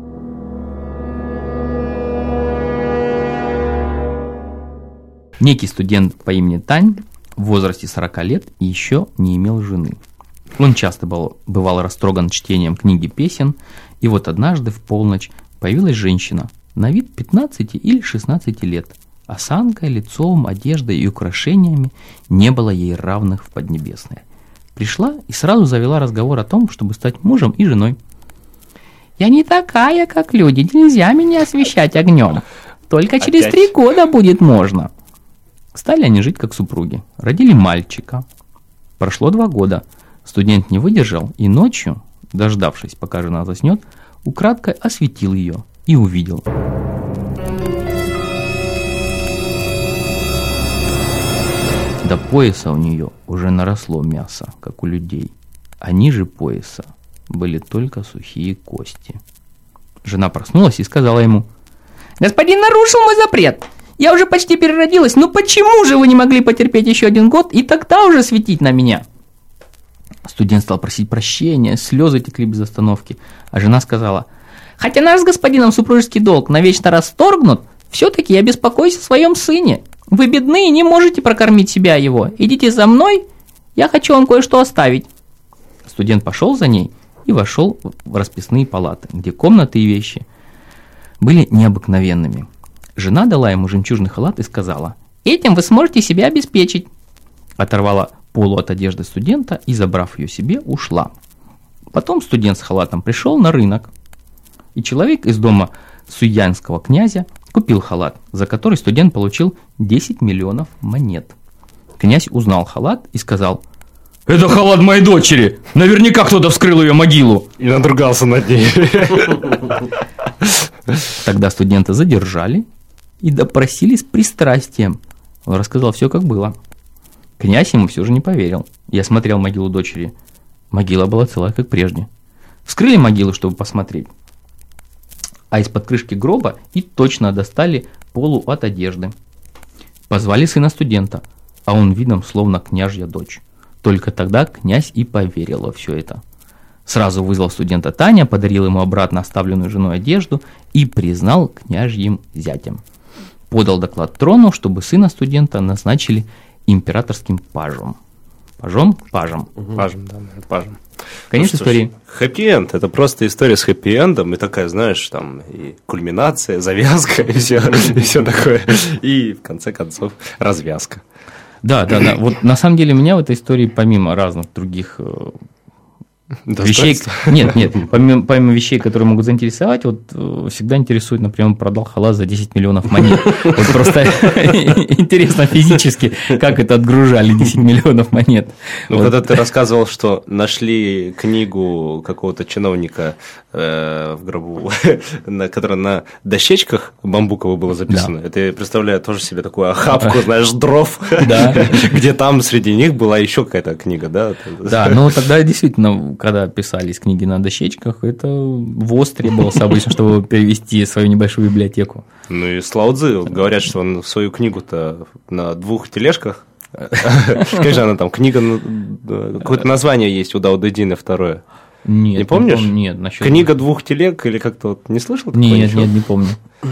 Некий студент по имени Тань в возрасте 40 лет и еще не имел жены. Он часто бывал растроган чтением книги песен, и вот однажды в полночь появилась женщина, на вид 15 или 16 лет. Осанкой, лицом, одеждой и украшениями не было ей равных в Поднебесной. Пришла и сразу завела разговор о том, чтобы стать мужем и женой. «Я не такая, как люди, нельзя меня освещать огнем. Только через Опять? 3 года будет можно». Стали они жить как супруги. Родили мальчика. Прошло 2 года. Студент не выдержал и ночью, дождавшись, пока жена заснет, украдкой осветил ее и увидел. До пояса у нее уже наросло мясо, как у людей, а ниже пояса были только сухие кости. Жена проснулась и сказала ему: Господин нарушил мой запрет. Я уже почти переродилась. Ну почему же вы не могли потерпеть еще 1 год и тогда уже светить на меня? Студент стал просить прощения, слезы текли без остановки, а жена сказала: Хотя наш с господином супружеский долг навечно расторгнут, все-таки я беспокоюсь о своем сыне. Вы бедны и не можете прокормить себя его. Идите за мной, я хочу вам кое-что оставить. Студент пошел за ней и вошел в расписные палаты, где комнаты и вещи были необыкновенными. Жена дала ему жемчужный халат и сказала: Этим вы сможете себя обеспечить. оторвала полу от одежды студента и, забрав ее себе, ушла. Потом студент с халатом пришел на рынок, и человек из дома суянского князя купил халат, за который студент получил 10 миллионов монет. Князь узнал халат и сказал: «Это халат моей дочери! Наверняка кто-то вскрыл ее могилу!» И надругался над ней. Тогда студента задержали и допросили с пристрастием. Он рассказал все, как было. Князь ему все же не поверил и осмотрел могилу дочери. Могила была целая, как прежде. Вскрыли могилу, чтобы посмотреть, а из-под крышки гроба и точно достали полу от одежды. Позвали сына студента, а он видом словно княжья дочь. Только тогда князь и поверил во все это. Сразу вызвал студента Таня, подарил ему обратно оставленную женой одежду и признал княжьим зятем. Подал доклад трону, чтобы сына студента назначили императорским пажем. Пажом? Пажем. Пажем, да, пажем. Конец истории. Хэппи-энд. Это просто история с хэппи-эндом. И такая, знаешь, там и кульминация, завязка, и все такое. И, в конце концов, развязка. Да. Вот на самом деле меня в этой истории, помимо разных других Вещей, нет, помимо вещей, которые могут заинтересовать, вот всегда интересует, например, он продал халат за 10 миллионов монет. Вот просто интересно физически, как это отгружали 10 миллионов монет. Ну, когда ты рассказывал, что нашли книгу какого-то чиновника в гробу, которая на дощечках бамбуково было записано, это я представляю тоже себе такую охапку, знаешь, дров, где там среди них была еще какая-то книга, да? Да, ну тогда действительно, когда писались книги на дощечках, это ВОЗ требовался обычно, чтобы перевести свою небольшую библиотеку. Ну и с Лао Цзы говорят, что он свою книгу-то на 2 тележках, конечно, она там, книга, какое-то название есть у Дао Дэ Дина второе. Нет, не помнишь? Нет, насчет... Книга 2 телег или как-то вот не слышал? Нет, не помню.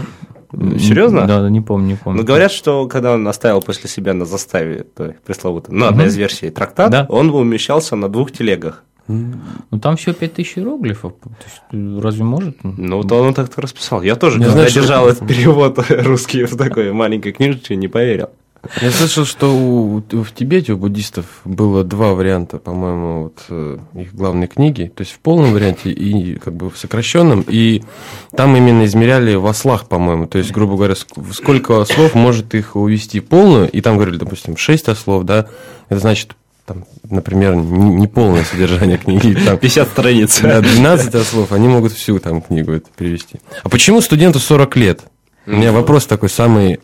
Серьезно? Да, не помню. Но говорят, что когда он оставил после себя на заставе, то пресловуто, ну, одна из версий, трактат, да? Он умещался на 2 телегах. Ну, там всего 5000 иероглифов. То есть, разве может? Ну, то он так расписал. Я тоже, когда держал этот перевод русский в такой маленькой книжечке, не поверил. Я слышал, что в Тибете у буддистов было 2 варианта, по-моему, вот, их главной книги, то есть в полном варианте и как бы в сокращенном, и там именно измеряли в ослах, по-моему, то есть, грубо говоря, сколько ослов может их увести полную, и там говорили, допустим, 6 ослов, да, это значит, там, например, не полное содержание книги. Там, 50 страниц. Да, 12 ослов, они могут всю там книгу эту перевести. А почему студенту 40 лет? У меня вопрос такой самый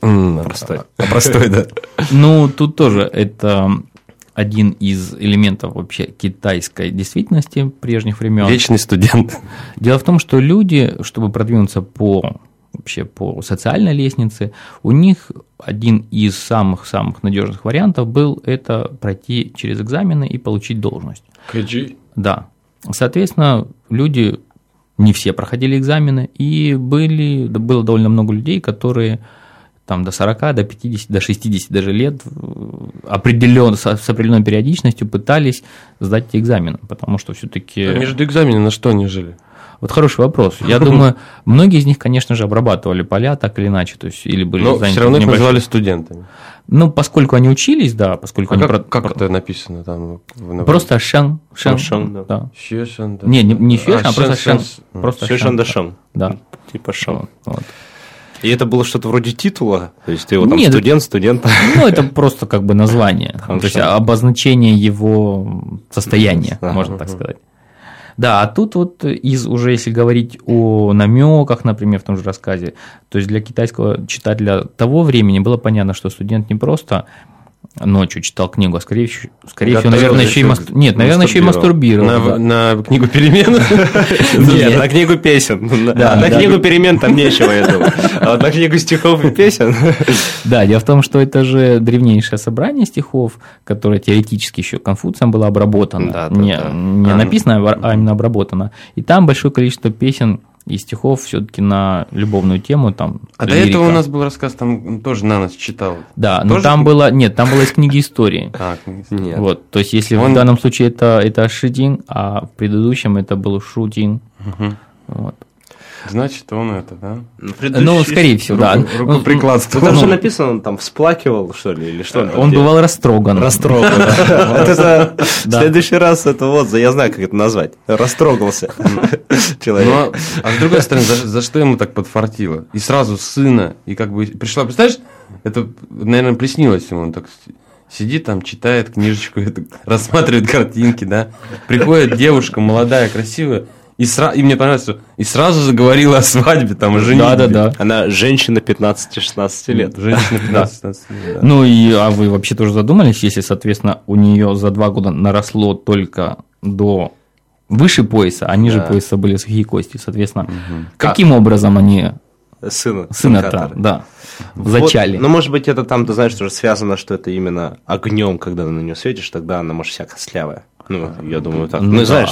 простой, да. Ну, тут тоже это один из элементов вообще китайской действительности прежних времен. Вечный студент. Дело в том, что люди, чтобы продвинуться вообще по социальной лестнице, у них один из самых-самых надежных вариантов был это пройти через экзамены и получить должность. КГ? Да. Соответственно, люди... Не все проходили экзамены, и было довольно много людей, которые там, до 40, до 50, до 60 даже лет с определенной периодичностью пытались сдать эти экзамены, потому что все-таки... А между экзаменами на что они жили? Вот хороший вопрос. Я думаю, многие из них, конечно же, обрабатывали поля так или иначе, то есть или были заняты. Но все равно их называли студентами. Ну, поскольку они учились, да, поскольку они... Как это написано там? Просто шэн, да. Шэн, да. Не шэн, а просто шэн. Просто шэн да шэн. Да. Типа шэн. Вот. И это было что-то вроде титула? То есть ты его там студент? Ну, это просто как бы название, то есть обозначение его состояния, можно так сказать. Да, а тут вот уже если говорить о намеках, например, в том же рассказе, то есть для китайского читателя того времени было понятно, что студент не просто ночью читал книгу, а скорее всего, наверное, еще и мастурбировал. На книгу перемен? Нет, на книгу песен. На книгу перемен там нечего, я думаю. А вот на книгу стихов и песен... Да, дело в том, что это же древнейшее собрание стихов, которое теоретически еще Конфуцием было обработано. Не написано, а именно обработано. И там большое количество песен и стихов все-таки на любовную тему. Там, до этого у нас был рассказ, там тоже на ночь читал. Да, но там было из книги истории. Нет. Вот, то есть, если в данном случае это Шидин, а в предыдущем это был Шудин. Вот. Значит, он это, да? Ну, скорее всего, да. Рукоприкладство. Там же написано, он там всплакивал, что ли, или что? Он бывал растроган. Растроган. Вот это в следующий раз это вот, я знаю, как это назвать. Растрогался человек. А с другой стороны, за что ему так подфартило? И сразу сына, и как бы пришла, представляешь, это, наверное, приснилось ему, он так сидит там, читает книжечку, рассматривает картинки, да. Приходит девушка молодая, красивая, и мне понравилось, что и сразу заговорила о свадьбе, там, о женитьбе. Да. Она женщина 15-16 лет. Женщина 15-16 лет, да. Ну, а вы вообще тоже задумались, если, соответственно, у нее за 2 года наросло только до выше пояса, а ниже пояса были сухие кости, соответственно, каким образом они... Сына-то, да, зачали. Ну, может быть, это там, ты знаешь, тоже связано, что это именно огнем, когда на нее светишь, тогда она, может, вся костлявая. Ну, я думаю, так.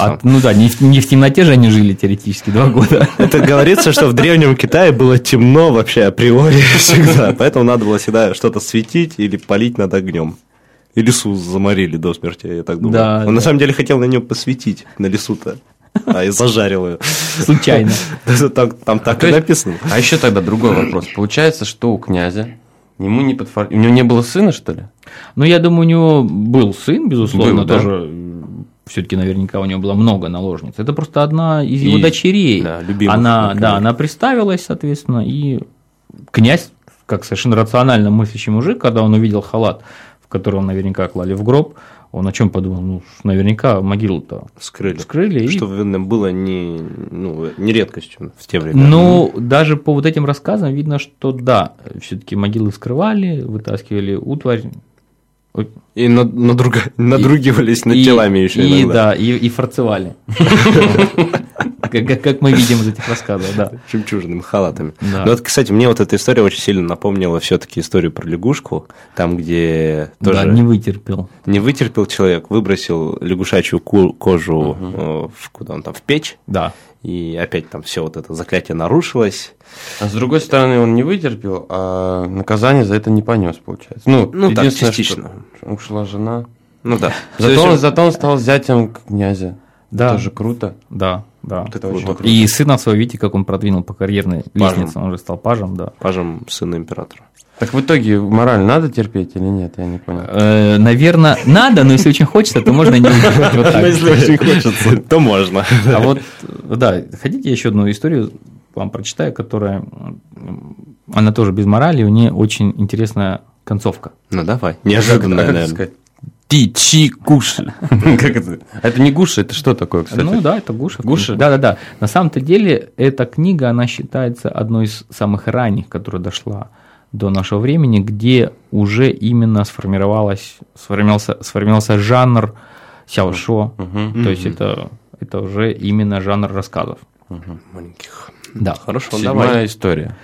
Не в темноте же они жили теоретически 2 года. Это говорится, что в Древнем Китае было темно вообще априори всегда, поэтому надо было всегда что-то светить или палить над огнем. И лису заморили до смерти, я так думаю. Да, он на самом деле хотел на нее посветить, на лису-то. И зажарил ее. Случайно. Там так и написано. А еще тогда другой вопрос. Получается, что у князя ему не подфартило. У него не было сына, что ли? Ну, я думаю, у него был сын, безусловно, тоже все-таки наверняка у него было много наложниц. Это просто одна из его дочерей. Да, любимых, она приставилась, соответственно, и князь, как совершенно рационально мыслящий мужик, когда он увидел халат, в который он наверняка клали в гроб, он о чем подумал? Ну, наверняка могилу-то скрыли. Что было не редкостью в те времена. Ну, даже по вот этим рассказам видно, что да, все-таки могилы скрывали, вытаскивали утварь. И надругивались над телами еще иногда. И фарцевали. Как мы видим из этих рассказов, да. Жемчужными халатами. Да. Но вот, кстати, мне вот эта история очень сильно напомнила все-таки историю про лягушку, там, где тоже... Да, не вытерпел. Не вытерпел человек, выбросил лягушачью кожу в печь. Да. И опять там все вот это заклятие нарушилось. А с другой стороны, он не вытерпел, а наказание за это не понес, получается. Ну так, частично. Что ушла жена. Ну да. Зато он стал зятем князя. Да. Это же круто. Да. Это очень круто. И сына своего, видите, как он продвинул по карьерной лестнице, он же стал пажем, да. Пажем сына императора. Так в итоге мораль надо терпеть или нет, я не понял. Наверное, надо, но если очень хочется, то можно не вытерпеть. Вот так. Если очень хочется, то можно. А вот, да, хотите еще одну историю вам прочитаю, которая, она тоже без морали, у нее очень интересная концовка. Ну давай, неожиданная, наверное. Птичьи гуши. Как это? Это не гуши, это что такое, кстати? Ну да, это гуши. Гуши? Да. На самом-то деле, эта книга, она считается одной из самых ранних, которая дошла до нашего времени, где уже именно сформировался жанр сяошо. То есть это уже именно жанр рассказов. Маленьких. Да. Хорошо, Седьмая история.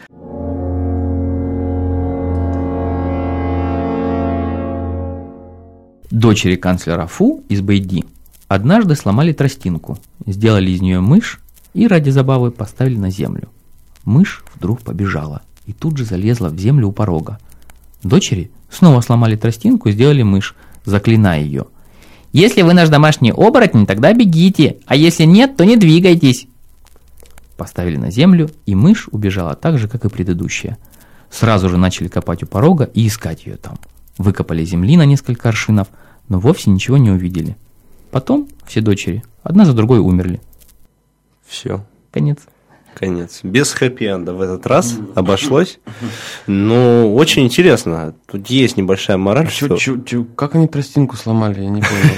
Дочери канцлера Фу из Бэйди однажды сломали тростинку, сделали из нее мышь и ради забавы поставили на землю. Мышь вдруг побежала и тут же залезла в землю у порога. Дочери снова сломали тростинку и сделали мышь, заклиная ее. «Если вы наш домашний оборотень, тогда бегите, а если нет, то не двигайтесь». Поставили на землю, и мышь убежала так же, как и предыдущая. Сразу же начали копать у порога и искать ее там. Выкопали земли на несколько аршинов, но вовсе ничего не увидели. Потом все дочери одна за другой умерли. Все. Конец. Без хэппи-энда в этот раз обошлось. Ну, очень интересно. Тут есть небольшая мораль. Как они тростинку сломали, я не понял.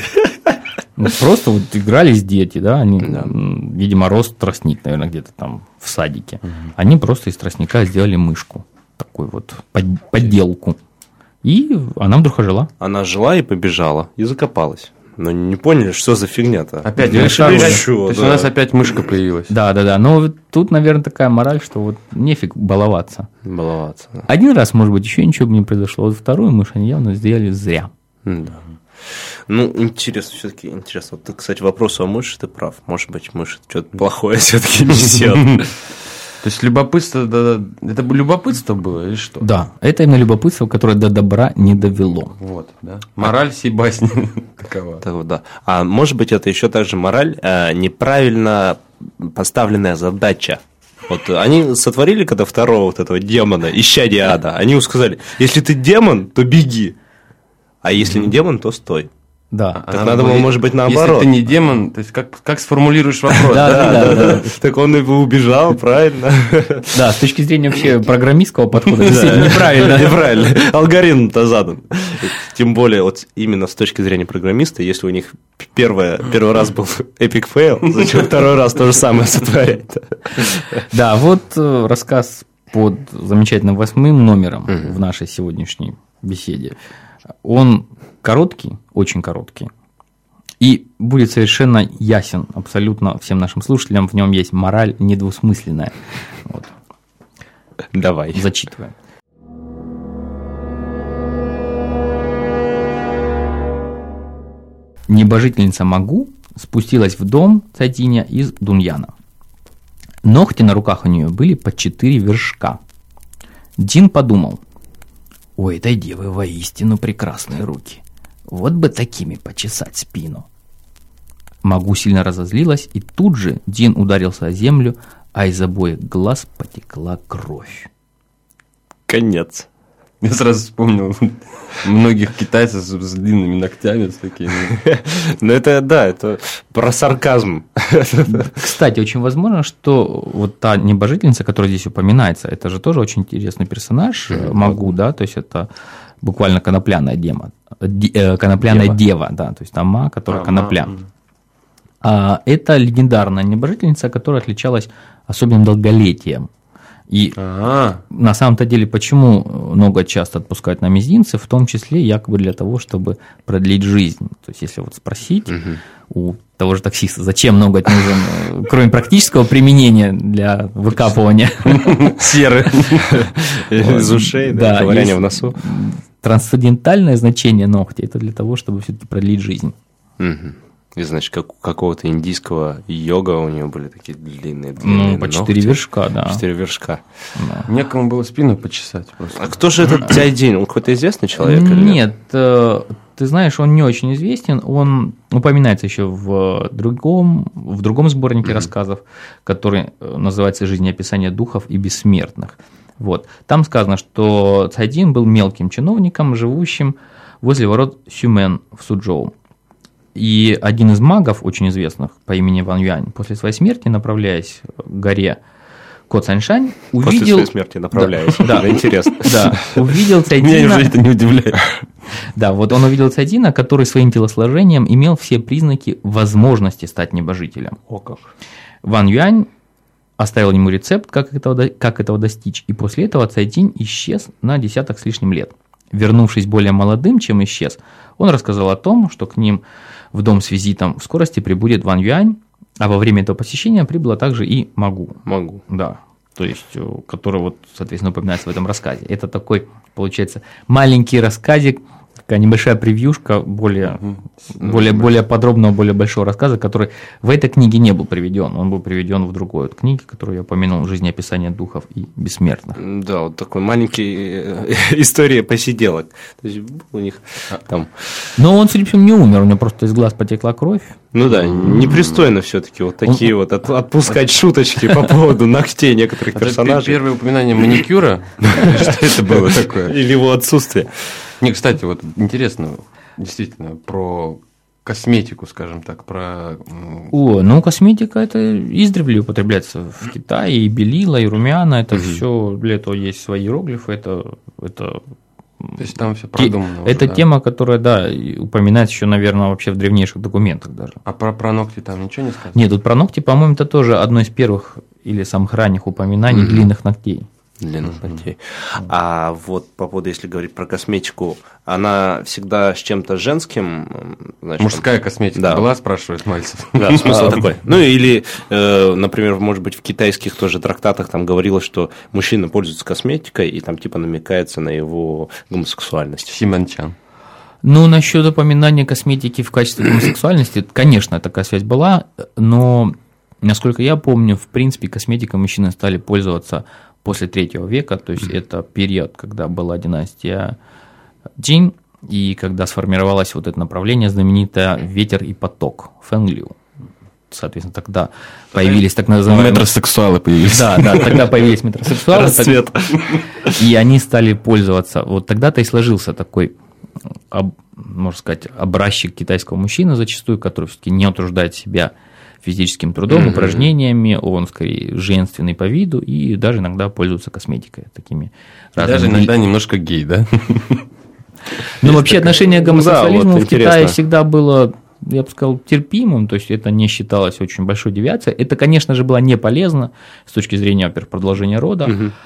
Просто вот игрались дети, да, они, видимо, рос тростник, наверное, где-то там в садике. Они просто из тростника сделали мышку, такую вот подделку. И она вдруг ожила. Она жила и побежала, и закопалась. Но не поняли, что за фигня-то. Опять решили еще. То есть у нас опять мышка появилась. Да. Но тут, наверное, такая мораль, что вот нефиг баловаться. Да. Один раз, может быть, еще ничего бы не произошло. Вот вторую мышь они явно сделали зря. Да. Ну, интересно, все-таки интересно. Вот, кстати, вопрос о мыши, ты прав. Может быть, мышь что-то плохое все-таки несет. То есть любопытство, это любопытство было или что? Да, это именно любопытство, которое до добра не довело. Вот, да. Мораль всей басни такова. Да. А может быть, это еще также мораль, неправильно поставленная задача. Вот они сотворили, когда второго вот этого демона, исчадия ада, они ему сказали, если ты демон, то беги, а если не демон, то стой. Да. Так надо было, может быть, наоборот. Если ты не демон, то есть как сформулируешь вопрос? Да. Так он и убежал, правильно? Да, с точки зрения вообще программистского подхода, действительно неправильно. Неправильно. Алгоритм-то задан. Тем более, вот именно с точки зрения программиста, если у них первый раз был epic fail, зачем второй раз то же самое сотворять? Да, вот рассказ под замечательным 8-м номером в нашей сегодняшней беседе. Он короткий, очень короткий, и будет совершенно ясен абсолютно всем нашим слушателям. В нем есть мораль недвусмысленная. Вот. Давай. Зачитываем. Небожительница Магу спустилась в дом Цайтиня из Дуньяна. Ногти на руках у нее были по 4 вершка. Дин подумал: у этой девы воистину прекрасные руки. Вот бы такими почесать спину. Магу сильно разозлилась, и тут же Дин ударился о землю, а из обоих глаз потекла кровь. Конец. Я сразу вспомнил многих китайцев с длинными ногтями, с такими. Ну, это про сарказм. Кстати, очень возможно, что вот та небожительница, которая здесь упоминается, это же тоже очень интересный персонаж, Магу, да, то есть это буквально конопляная дева, да, то есть там ма, которая конопля. Это легендарная небожительница, которая отличалась особенным долголетием. И на самом-то деле, почему ноготь часто отпускают на мизинцы, в том числе якобы для того, чтобы продлить жизнь. То есть, если вот спросить у того же таксиста, зачем ноготь нужен, кроме практического применения для выкапывания серы из ушей, ковыряния в носу. Трансцендентальное значение ногтя – это для того, чтобы все-таки продлить жизнь. И, значит, как у какого-то индийского йога у него были такие длинные ну, по 4 вершка, да. 4 вершка. Да. Некому было спину почесать просто. А кто же этот Цзяйдин? Он какой-то известный человек? Нет, ты знаешь, он не очень известен. Он упоминается еще в другом сборнике рассказов, который называется «Жизнеописание духов и бессмертных». Вот. Там сказано, что Цзяйдин был мелким чиновником, живущим возле ворот Сюмен в Суджоу. И один из магов, очень известных, по имени Ван Юань, после своей смерти, направляясь к горе Ко Цаньшань, увидел... После своей смерти направляясь. Да, интересно. Да, увидел Цзяйдина... Меня уже это не удивляет. Да, вот он увидел Цзяйдина, который своим телосложением имел все признаки возможности стать небожителем. О как. Ван Юань оставил ему рецепт, как этого достичь, и после этого Цзяйдин исчез на десяток с лишним лет. Вернувшись более молодым, чем исчез, он рассказал о том, что к ним в дом с визитом в скорости прибудет Ван Юань, а во время этого посещения прибыла также и Магу. Магу. Да, то есть, который, вот, соответственно, упоминается в этом рассказе. Это такой, получается, маленький рассказик, такая небольшая превьюшка более подробного, более большого рассказа, который в этой книге не был приведен. Он был приведен в другой вот книге, которую я упомянул, «Жизнеописание духов и бессмертных». Да, вот такой маленький история посиделок. То есть у них там. Но он, судя по всему, не умер, у него просто из глаз потекла кровь. Ну да, непристойно все-таки вот такие вот отпускать шуточки по поводу ногтей некоторых персонажей. Первое упоминание маникюра, что это было такое? Или его отсутствие. Не, кстати, вот интересно, действительно, про косметику, скажем так, про... Ну, косметика это издревле употребляется в Китае, и белила, и румяна, это все, для этого есть свои иероглифы, это... То есть там все продумано. Это тема, которая, да, упоминается еще, наверное, вообще в древнейших документах даже. А про ногти там ничего не сказано? Нет, тут про ногти, по-моему, это тоже одно из первых или самых ранних упоминаний длинных ногтей. Длинных ногтей. А вот по поводу, если говорить про косметику, она всегда с чем-то женским? Значит, мужская косметика была, спрашивает Мальцев. Да, смысл такой. Ну, или, например, может быть, в китайских тоже трактатах там говорилось, что мужчина пользуется косметикой, и там типа намекается на его гомосексуальность. Симончан. Ну, насчет упоминания косметики в качестве гомосексуальности, конечно, такая связь была, но, насколько я помню, в принципе, косметикой мужчины стали пользоваться после 3 века, то есть это период, когда была династия Джин, и когда сформировалось вот это направление знаменитое «Ветер и поток» Фэнлю. Соответственно, тогда появились так называемые... Метросексуалы появились. Да, тогда появились метросексуалы. Расцвет. И они стали пользоваться. Вот тогда-то и сложился такой, можно сказать, образчик китайского мужчины зачастую, который все-таки не утруждает себя физическим трудом, упражнениями, он скорее женственный по виду и даже иногда пользуется косметикой такими разными. Даже иногда немножко гей, да? Ну, вообще отношение к гомосексуализму вот в Китае всегда было, я бы сказал, терпимым, то есть это не считалось очень большой девиацией. Это, конечно же, было не полезно с точки зрения, во-первых, продолжения рода,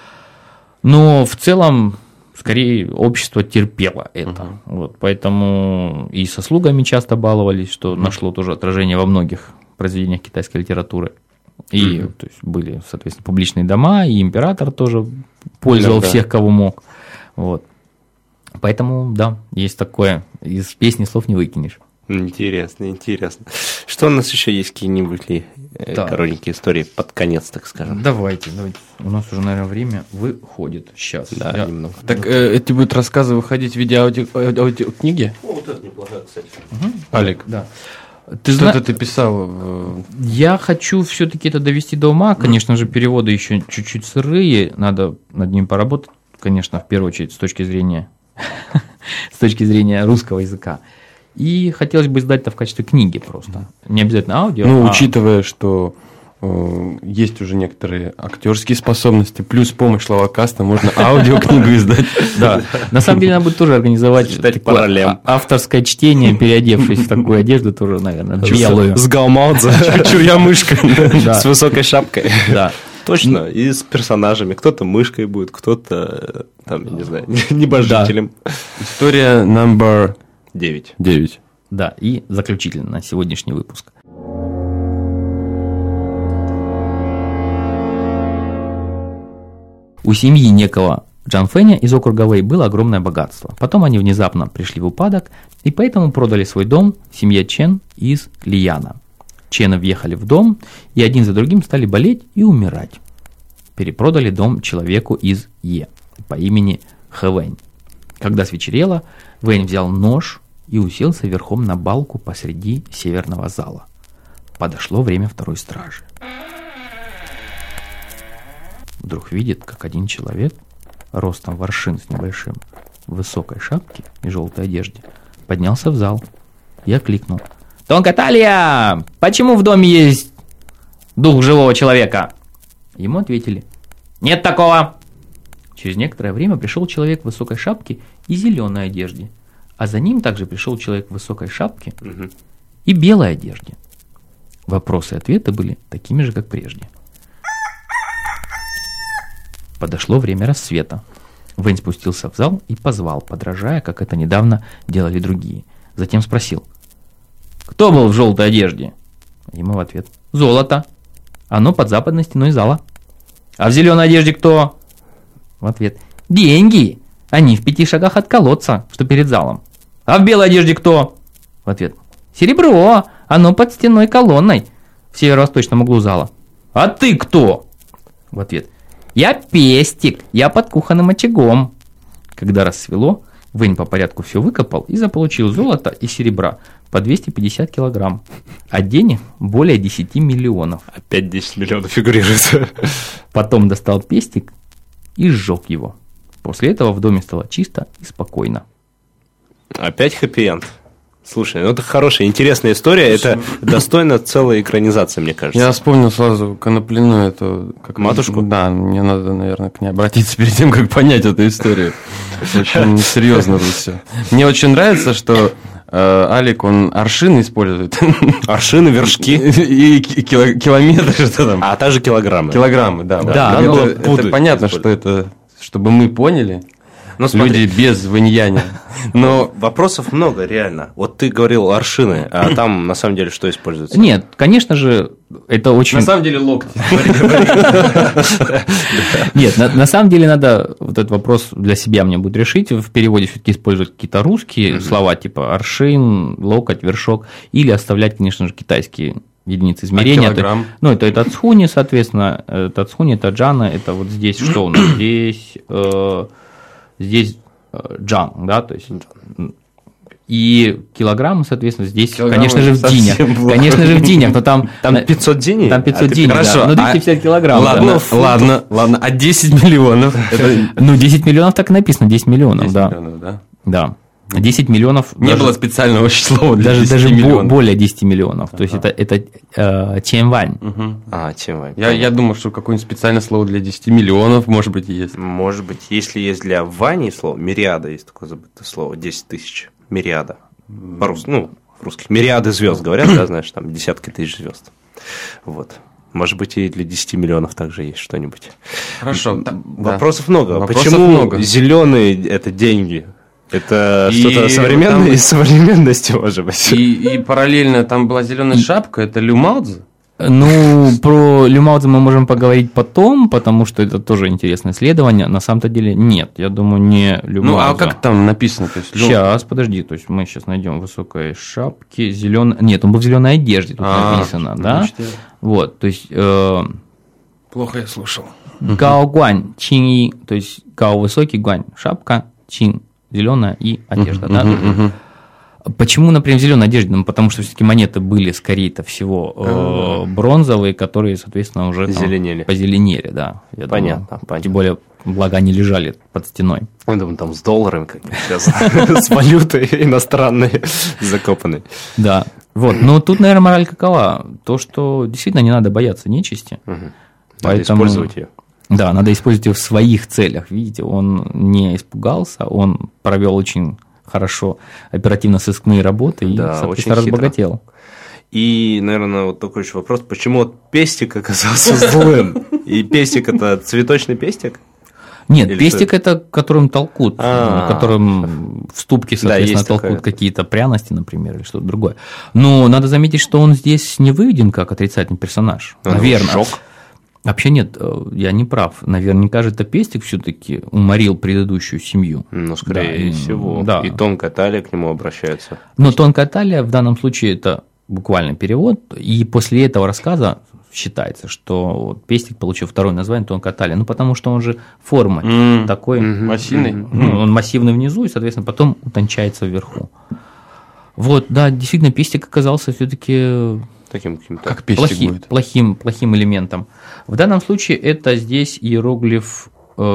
но в целом скорее общество терпело это. Вот, поэтому и со слугами часто баловались, что нашло тоже отражение во многих произведениях китайской литературы. И то есть были, соответственно, публичные дома, и император тоже пользовал всех, кого мог. Вот. Поэтому, да, есть такое, из песни слов не выкинешь. Интересно, интересно. Что у нас еще есть, какие-нибудь коротенькие истории под конец, так скажем? Давайте. У нас уже, наверное, время выходит сейчас. Да, немного. Так эти будут рассказы выходить в виде аудиокниги? Вот это неплохо, кстати. Алик, Да. что-то ты писал? Я хочу все-таки это довести до ума. Конечно же, переводы еще чуть-чуть сырые, надо над ними поработать. конечно, в первую очередь с точки зрения русского языка. И хотелось бы издать это в качестве книги просто. Не обязательно аудио. Ну, учитывая, что есть уже некоторые актерские способности, плюс помощь словокаста, можно аудиокнигу издать. Да. На самом деле, надо будет тоже организовать параллель. авторское чтение, переодевшись в такую одежду, тоже, наверное, белую. С гаумаудзе. Чурья-мышка. С высокой шапкой. Да. Точно, и с персонажами. Кто-то мышкой будет, кто-то, там, я не знаю, небожителем. История номер 9. Да, и заключительно на сегодняшний выпуск. У семьи некого Джан Фэня из округа Вэй было огромное богатство. Потом они внезапно пришли в упадок, и поэтому продали свой дом семье Чен из Лияна. Чены въехали в дом, и один за другим стали болеть и умирать. Перепродали дом человеку из Е по имени Хэ Вэнь. Когда свечерело, Вэнь взял нож и уселся верхом на балку посреди северного зала. Подошло время второй стражи. Вдруг видит, как один человек, ростом в аршин с небольшим, в высокой шапке и желтой одежде, поднялся в зал и окликнул: «Тонкая талия! Почему в доме есть дух живого человека?» Ему ответили: «Нет такого!» Через некоторое время пришел человек в высокой шапке и зеленой одежде, а за ним также пришел человек в высокой шапке и белой одежде. Вопросы и ответы были такими же, как прежде. Подошло время рассвета. Вэнь спустился в зал и позвал, подражая, как это недавно делали другие. Затем спросил: «Кто был в желтой одежде?» Ему в ответ: «Золото. Оно под западной стеной зала». «А в зеленой одежде кто?» В ответ: «Деньги. Они в 5 шагах от колодца, что перед залом». «А в белой одежде кто?» В ответ: «Серебро. Оно под стеной колонной в северо-восточном углу зала». «А ты кто?» В ответ: «Я пестик, я под кухонным очагом». Когда рассвело, Вэнь по порядку все выкопал и заполучил золото и серебра по 250 килограмм, а денег более 10 миллионов. Опять 10 миллионов фигурирует. Потом достал пестик и сжег его. После этого в доме стало чисто и спокойно. Опять хэппи-энд. Слушай, ну это хорошая, интересная история, это достойно целой экранизации, мне кажется. Я вспомнил сразу Конопляную эту... Как матушку? Да, мне надо, наверное, к ней обратиться перед тем, как понять эту историю. Очень серьезно тут все. Мне очень нравится, что Алик, он аршины использует. Аршины, вершки. И километры, что там. А также килограммы. Килограммы, да. Да, это понятно, что это... Чтобы мы поняли... Но смотри, люди без ваньяня. Но вопросов много, реально. Вот ты говорил аршины, а там на самом деле что используется? Нет, конечно же, это очень... на самом деле локти. Нет, на самом деле надо вот этот вопрос для себя мне будет решить. В переводе все-таки использовать какие-то русские слова, типа аршин, локоть, вершок, или оставлять, конечно же, китайские единицы измерения. Килограмм? Ну, это цхуни, соответственно, это цхуни, это джана, это вот здесь что у нас? Здесь джан, да, то есть и килограммы, соответственно, здесь, Килограммы конечно же, в динях. Конечно же, в динях, но там 500 диней? Там 500 диней, Хорошо, да. Ну, 250 килограмм. Ладно, а 10 миллионов? Ну, 10 миллионов так и написано, 10 миллионов, 10 да. миллионов, да? Да. 10 миллионов. Не было специального числа для 10 даже миллионов. более 10 миллионов. То есть это ченвань. Ченвань. Я думаю, что какое-нибудь специальное слово для 10 миллионов, может быть, и есть. Может быть, если есть для вани слово, мириада есть такое забытое слово, 10 тысяч, мириада. По-русски, ну, в русских. Мириады звезд говорят, да, знаешь, там десятки тысяч звезд. Вот. Может быть, и для 10 миллионов также есть что-нибудь. Хорошо. Вопросов много. Вопросов Почему много. зеленые это деньги? Это И что-то современное там- из современности, может быть. И параллельно там была зеленая шапка, это Лю Маоцзы? Ну, про Лю Маоцзы мы можем поговорить потом, потому что это тоже интересное исследование. На самом-то деле нет, я думаю, не Лю Ну, Маоцзы. а как там написано? То есть, Сейчас, подожди, то есть мы сейчас найдем высокой шапки, зеленой. Нет, он был в зеленой одежде, тут написано, да? значит, я- Вот, то есть Плохо я слушал. гао гуань, чин и, то есть гао высокий, гуань шапка, чин зеленая и одежда, да? Почему, например, в зеленой одежде? Ну, потому что все-таки монеты были, скорее-то всего, бронзовые, которые, соответственно, уже позеленели, да. Понятно. Тем более, благо они лежали под стеной. Я думаю, там с долларами, как сейчас, с валютой иностранной закопанной. Да. Вот. Но тут, наверное, мораль какова? То, что действительно не надо бояться нечисти. Надо использовать ее. Да, надо использовать ее в своих целях. Видите, он не испугался, он провел очень хорошо оперативно-сыскные работы и, соответственно, разбогател. И, наверное, вот такой еще вопрос. Почему пестик оказался злым? И пестик – это цветочный пестик? Нет, или пестик – это которым толкут, которым в ступке, соответственно, толкут какие-то пряности, например, или что-то другое. Но надо заметить, что он здесь не выведен как отрицательный персонаж. Наверное. Шок. Вообще нет, я не прав. Наверняка же это пестик все-таки уморил предыдущую семью. Ну, скорее всего. Да. И тонкая талия к нему обращается. Но тонкая талия в данном случае это буквальный перевод. И после этого рассказа считается, что пестик получил второе название тонкая талия. Ну, потому что он же формы такой. Массивный. Ну, он массивный внизу и, соответственно, потом утончается вверху. Вот, да, действительно, пестик оказался все-таки таким каким-то как пестик будет. Плохим элементом. В данном случае это здесь иероглиф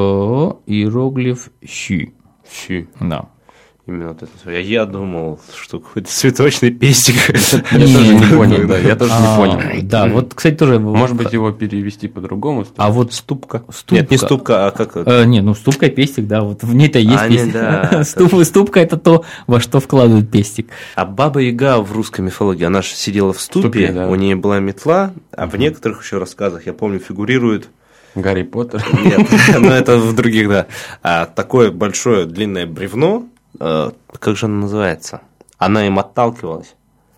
щи. Щи. Да. Именно вот это. Я думал, что какой-то цветочный пестик. Я тоже не понял, да, я тоже не понял. Да, вот, кстати, тоже... Может быть, его перевести по-другому? А вот ступка. Нет, не ступка, а как... Не, ну ступка и пестик, да, вот в ней-то есть пестик. Ступка – это то, во что вкладывают пестик. А Баба Яга в русской мифологии, она же сидела в ступе, у нее была метла, а в некоторых еще рассказах, я помню, фигурирует... Гарри Поттер? Нет, но это в других, да. Такое большое длинное бревно, как же она называется? Она им отталкивалась.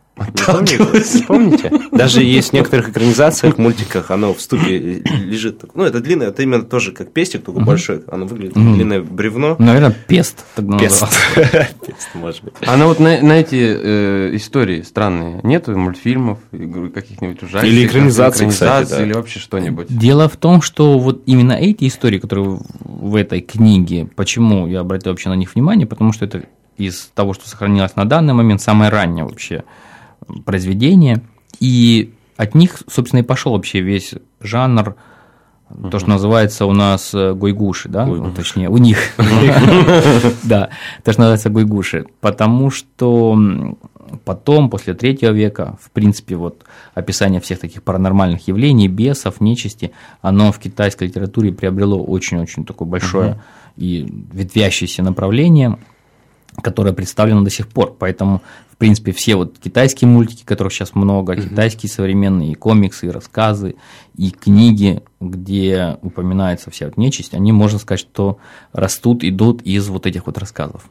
Не помните? Даже есть в некоторых экранизациях, мультиках, оно в ступе лежит. Ну, это длинное, это именно тоже как пестик, только большой. Оно выглядит как длинное бревно. Наверное, пест. Пест, может быть. А вот на эти истории странные нету мультфильмов, каких-нибудь ужастиков? Или экранизаций, кстати, да. Или вообще что-нибудь? Дело в том, что вот именно эти истории, которые в этой книге, почему я обратил вообще на них внимание, потому что это из того, что сохранилось на данный момент, самое раннее вообще произведение, и от них, собственно, и пошел вообще весь жанр, то, что называется у нас гойгуши, да, точнее, у них, да, то, что называется гойгуши, потому что потом, после 3 века, в принципе, вот описание всех таких паранормальных явлений, бесов, нечисти, оно в китайской литературе приобрело очень-очень такое большое и ветвящееся направление, которое представлено до сих пор. Поэтому, в принципе, все вот китайские мультики, которых сейчас много, китайские современные и комиксы, и рассказы, и книги, где упоминается вся вот нечисть, они, можно сказать, что идут из вот этих вот рассказов.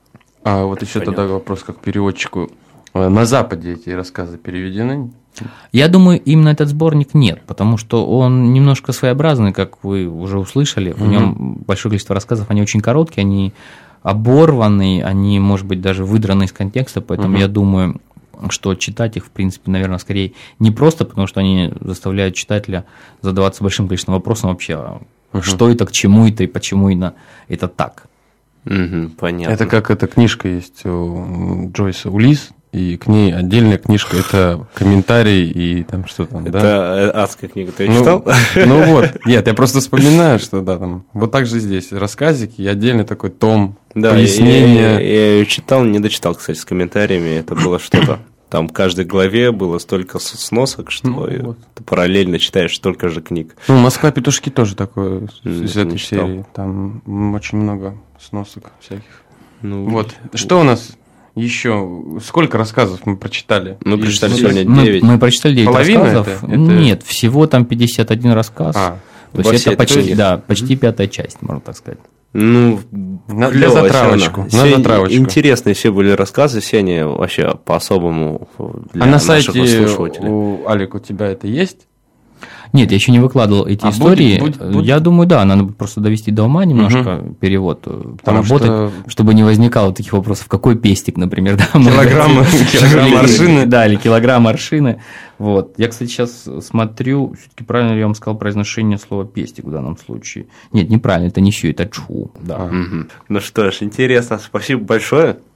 А вот еще тогда вопрос как переводчику. На Западе эти рассказы переведены? Я думаю, именно этот сборник нет, потому что он немножко своеобразный, как вы уже услышали. В нем большое количество рассказов, они очень короткие, они оборванные, они, может быть, даже выдраны из контекста, поэтому я думаю, что читать их, в принципе, наверное, скорее не просто, потому что они заставляют читателя задаваться большим количеством вопросов вообще, что это, к чему это и почему это так. Понятно. Это как эта книжка есть у Джойса «Улисс», и к ней отдельная книжка, это комментарий и там что там, да? Это адская книга, ты ее читал? Ну вот, нет, я просто вспоминаю, что да, там, вот так же здесь рассказики и отдельный такой том, пояснения. Я ее читал, не дочитал, кстати, с комментариями, это было что-то. Там в каждой главе было столько сносок, что ты параллельно читаешь столько же книг. Ну, «Москва-петушки» тоже такое из этой серии, там очень много сносок всяких. Вот, что у нас... Еще сколько рассказов мы прочитали? Мы прочитали сегодня 9. Мы прочитали 9 Половина рассказов. Нет, всего там 51 рассказ. То есть это почти 5-я часть, можно так сказать. Ну, для затравочку. Интересные все были рассказы, все они вообще по-особому для наших слушателей. У Алик, у тебя это есть? Нет, я еще не выкладывал эти истории. Я думаю, да, надо просто довести до ума немножко перевод, поработать, чтобы не возникало таких вопросов, какой пестик, например. Да, килограмм аршины. Да, или килограмм аршины. Вот. Я, кстати, сейчас смотрю, все-таки правильно ли я вам сказал произношение слова пестик в данном случае. Нет, неправильно, это не щу, это чху. Да. Ну что ж, интересно, спасибо большое.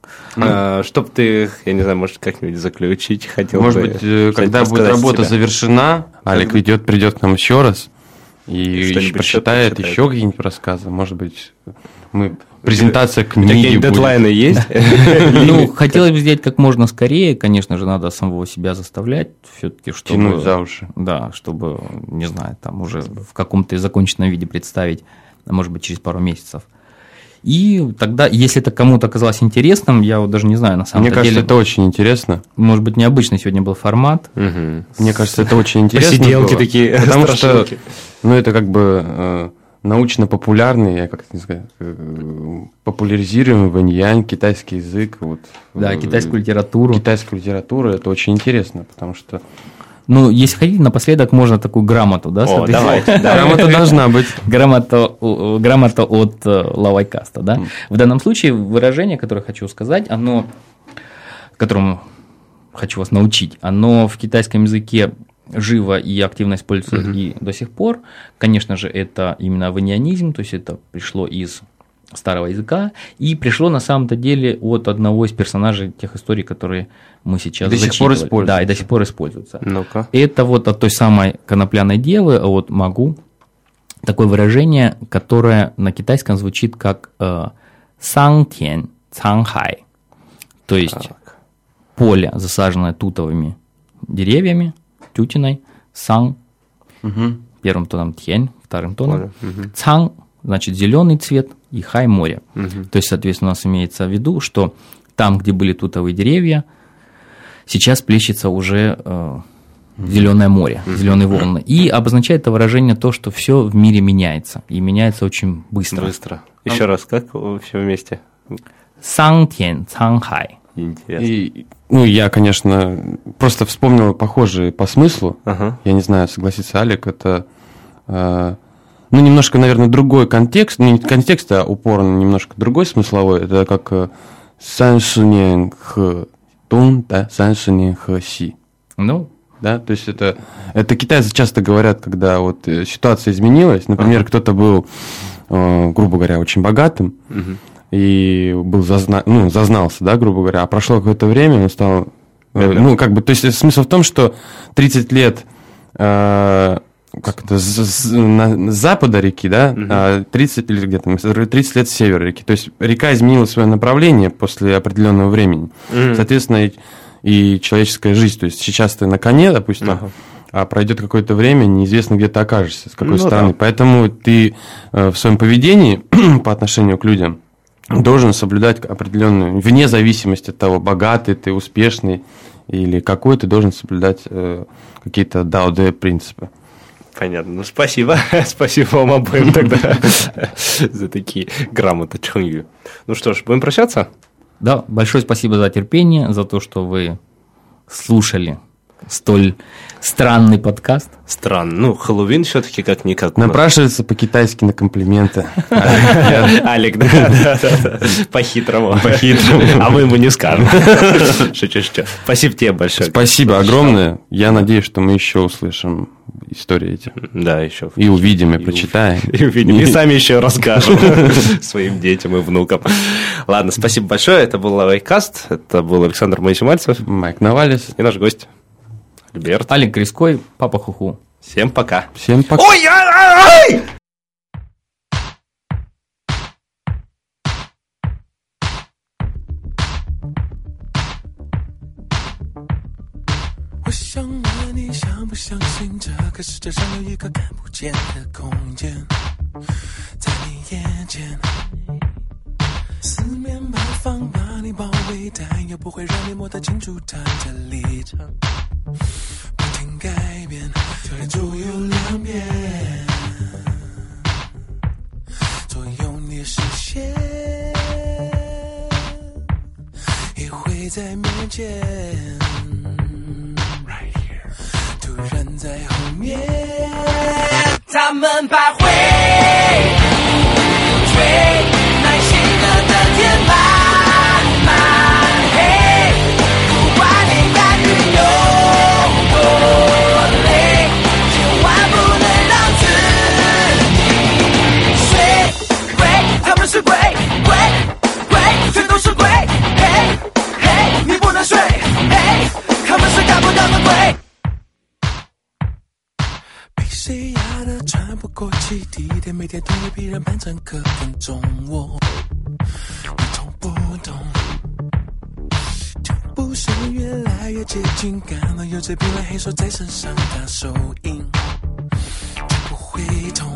Чтоб ты, я не знаю, может, как-нибудь заключить хотел Может бы быть, когда будет работа завершена, Алик придет к нам еще раз и прочитает еще какие-нибудь рассказы. Может быть, презентация книги какие-нибудь дедлайны есть? Ну, хотелось бы сделать как можно скорее. Конечно же, надо самого себя заставлять все-таки, чтобы... Тянуть за уши. Да, чтобы, не знаю, там уже в каком-то законченном виде представить, может быть, через пару месяцев. И тогда, если это кому-то оказалось интересным, я вот даже не знаю, на самом деле... Мне кажется, это очень интересно. Может быть, необычный сегодня был формат. Мне кажется, это очень интересно. Посиделки такие, потому что, это как бы научно-популярный, я как не знаю, популяризируем вэньянь, китайский язык. Вот, да, китайскую литературу. Китайскую литературу, это очень интересно, потому что... Ну, если хотите, напоследок можно такую грамоту, да? О, давай. Грамота должна быть. Грамота от Лавайкаста, да? В данном случае выражение, которое хочу сказать, которому хочу вас научить, оно в китайском языке живо и активно используется и до сих пор. Конечно же, это именно вэньянизм, то есть это пришло из старого языка и пришло на самом-то деле от одного из персонажей тех историй, которые мы сейчас до сих пор используются. Да, и до сих пор используются. Ну-ка. Это вот от той самой конопляной девы, от Магу, такое выражение, которое на китайском звучит как «сангтян цангхай», то есть поле, засаженное тутовыми деревьями, тютиной, санг, первым тоном тянь, вторым тоном, цанг, значит, зеленый цвет, и хай море. То есть, соответственно, у нас имеется в виду, что там, где были тутовые деревья, сейчас плещется уже зеленое море, зеленые волны. И обозначает это выражение то, что все в мире меняется. И меняется очень быстро. Быстро. Еще раз, как все вместе? Сангтян цангхай. Интересно. Я, конечно, просто вспомнил похожие по смыслу. Я не знаю, согласится Алик, это... немножко, наверное, другой контекст, не контекст, а упор немножко другой смысловой. Это как «саншинен х тун», да, «саншинен х си». Ну, да, то есть это китайцы часто говорят, когда вот ситуация изменилась, например, кто-то был, грубо говоря, очень богатым, и был зазнался, да, грубо говоря, а прошло какое-то время, он стал, то есть смысл в том, что 30 лет с запада реки, да, 30 или где-то 30 лет с севера реки. То есть река изменила свое направление после определенного времени. Соответственно, и человеческая жизнь. То есть сейчас ты на коне, допустим, а пройдет какое-то время, неизвестно, где ты окажешься, с какой стороны. Да. Поэтому ты в своем поведении по отношению к людям должен соблюдать определенную, вне зависимости от того, богатый ты, успешный или какой, ты должен соблюдать какие-то дао-дэ принципы. Понятно. Ну, спасибо. Спасибо вам обоим тогда за такие грамоты чхунью. Ну что ж, будем прощаться? Да, большое спасибо за терпение, за то, что вы слушали столь странный подкаст. Странно. Ну, Хэллоуин все-таки как-никак. Напрашивается по-китайски на комплименты. Алик, да. По-хитрому. А мы ему не скажем. Шучу. Спасибо тебе большое. Спасибо огромное. Я надеюсь, что мы еще услышим истории эти. Да, еще. И увидим, и прочитаем. И увидим. И сами еще расскажем своим детям и внукам. Ладно, спасибо большое. Это был Лавайкаст. Это был Александр Моисимальцев. Майк Навалис. И наш гость Альберт. Алик Криской, Папа Хуху. Всем пока. Всем пока. Ой, ай! 我想问你相不相信这个世界上有一个看不见的空间，在你眼前，四面八方把你包围，但又不会让你摸得清楚它的立场。不停改变，就连左右两边，左右你视线，也会在面前。突然在后面，他们徘徊，追耐心的天漫漫黑，不管你甘于有多累，千万不能让自己睡。鬼，他们是鬼，鬼，鬼，全都是鬼，嘿。 息地点，每天都有别人扮成各分钟，我从不懂，脚步声越来越接近，感到有着冰冷黑手在身上打手印，就不会痛。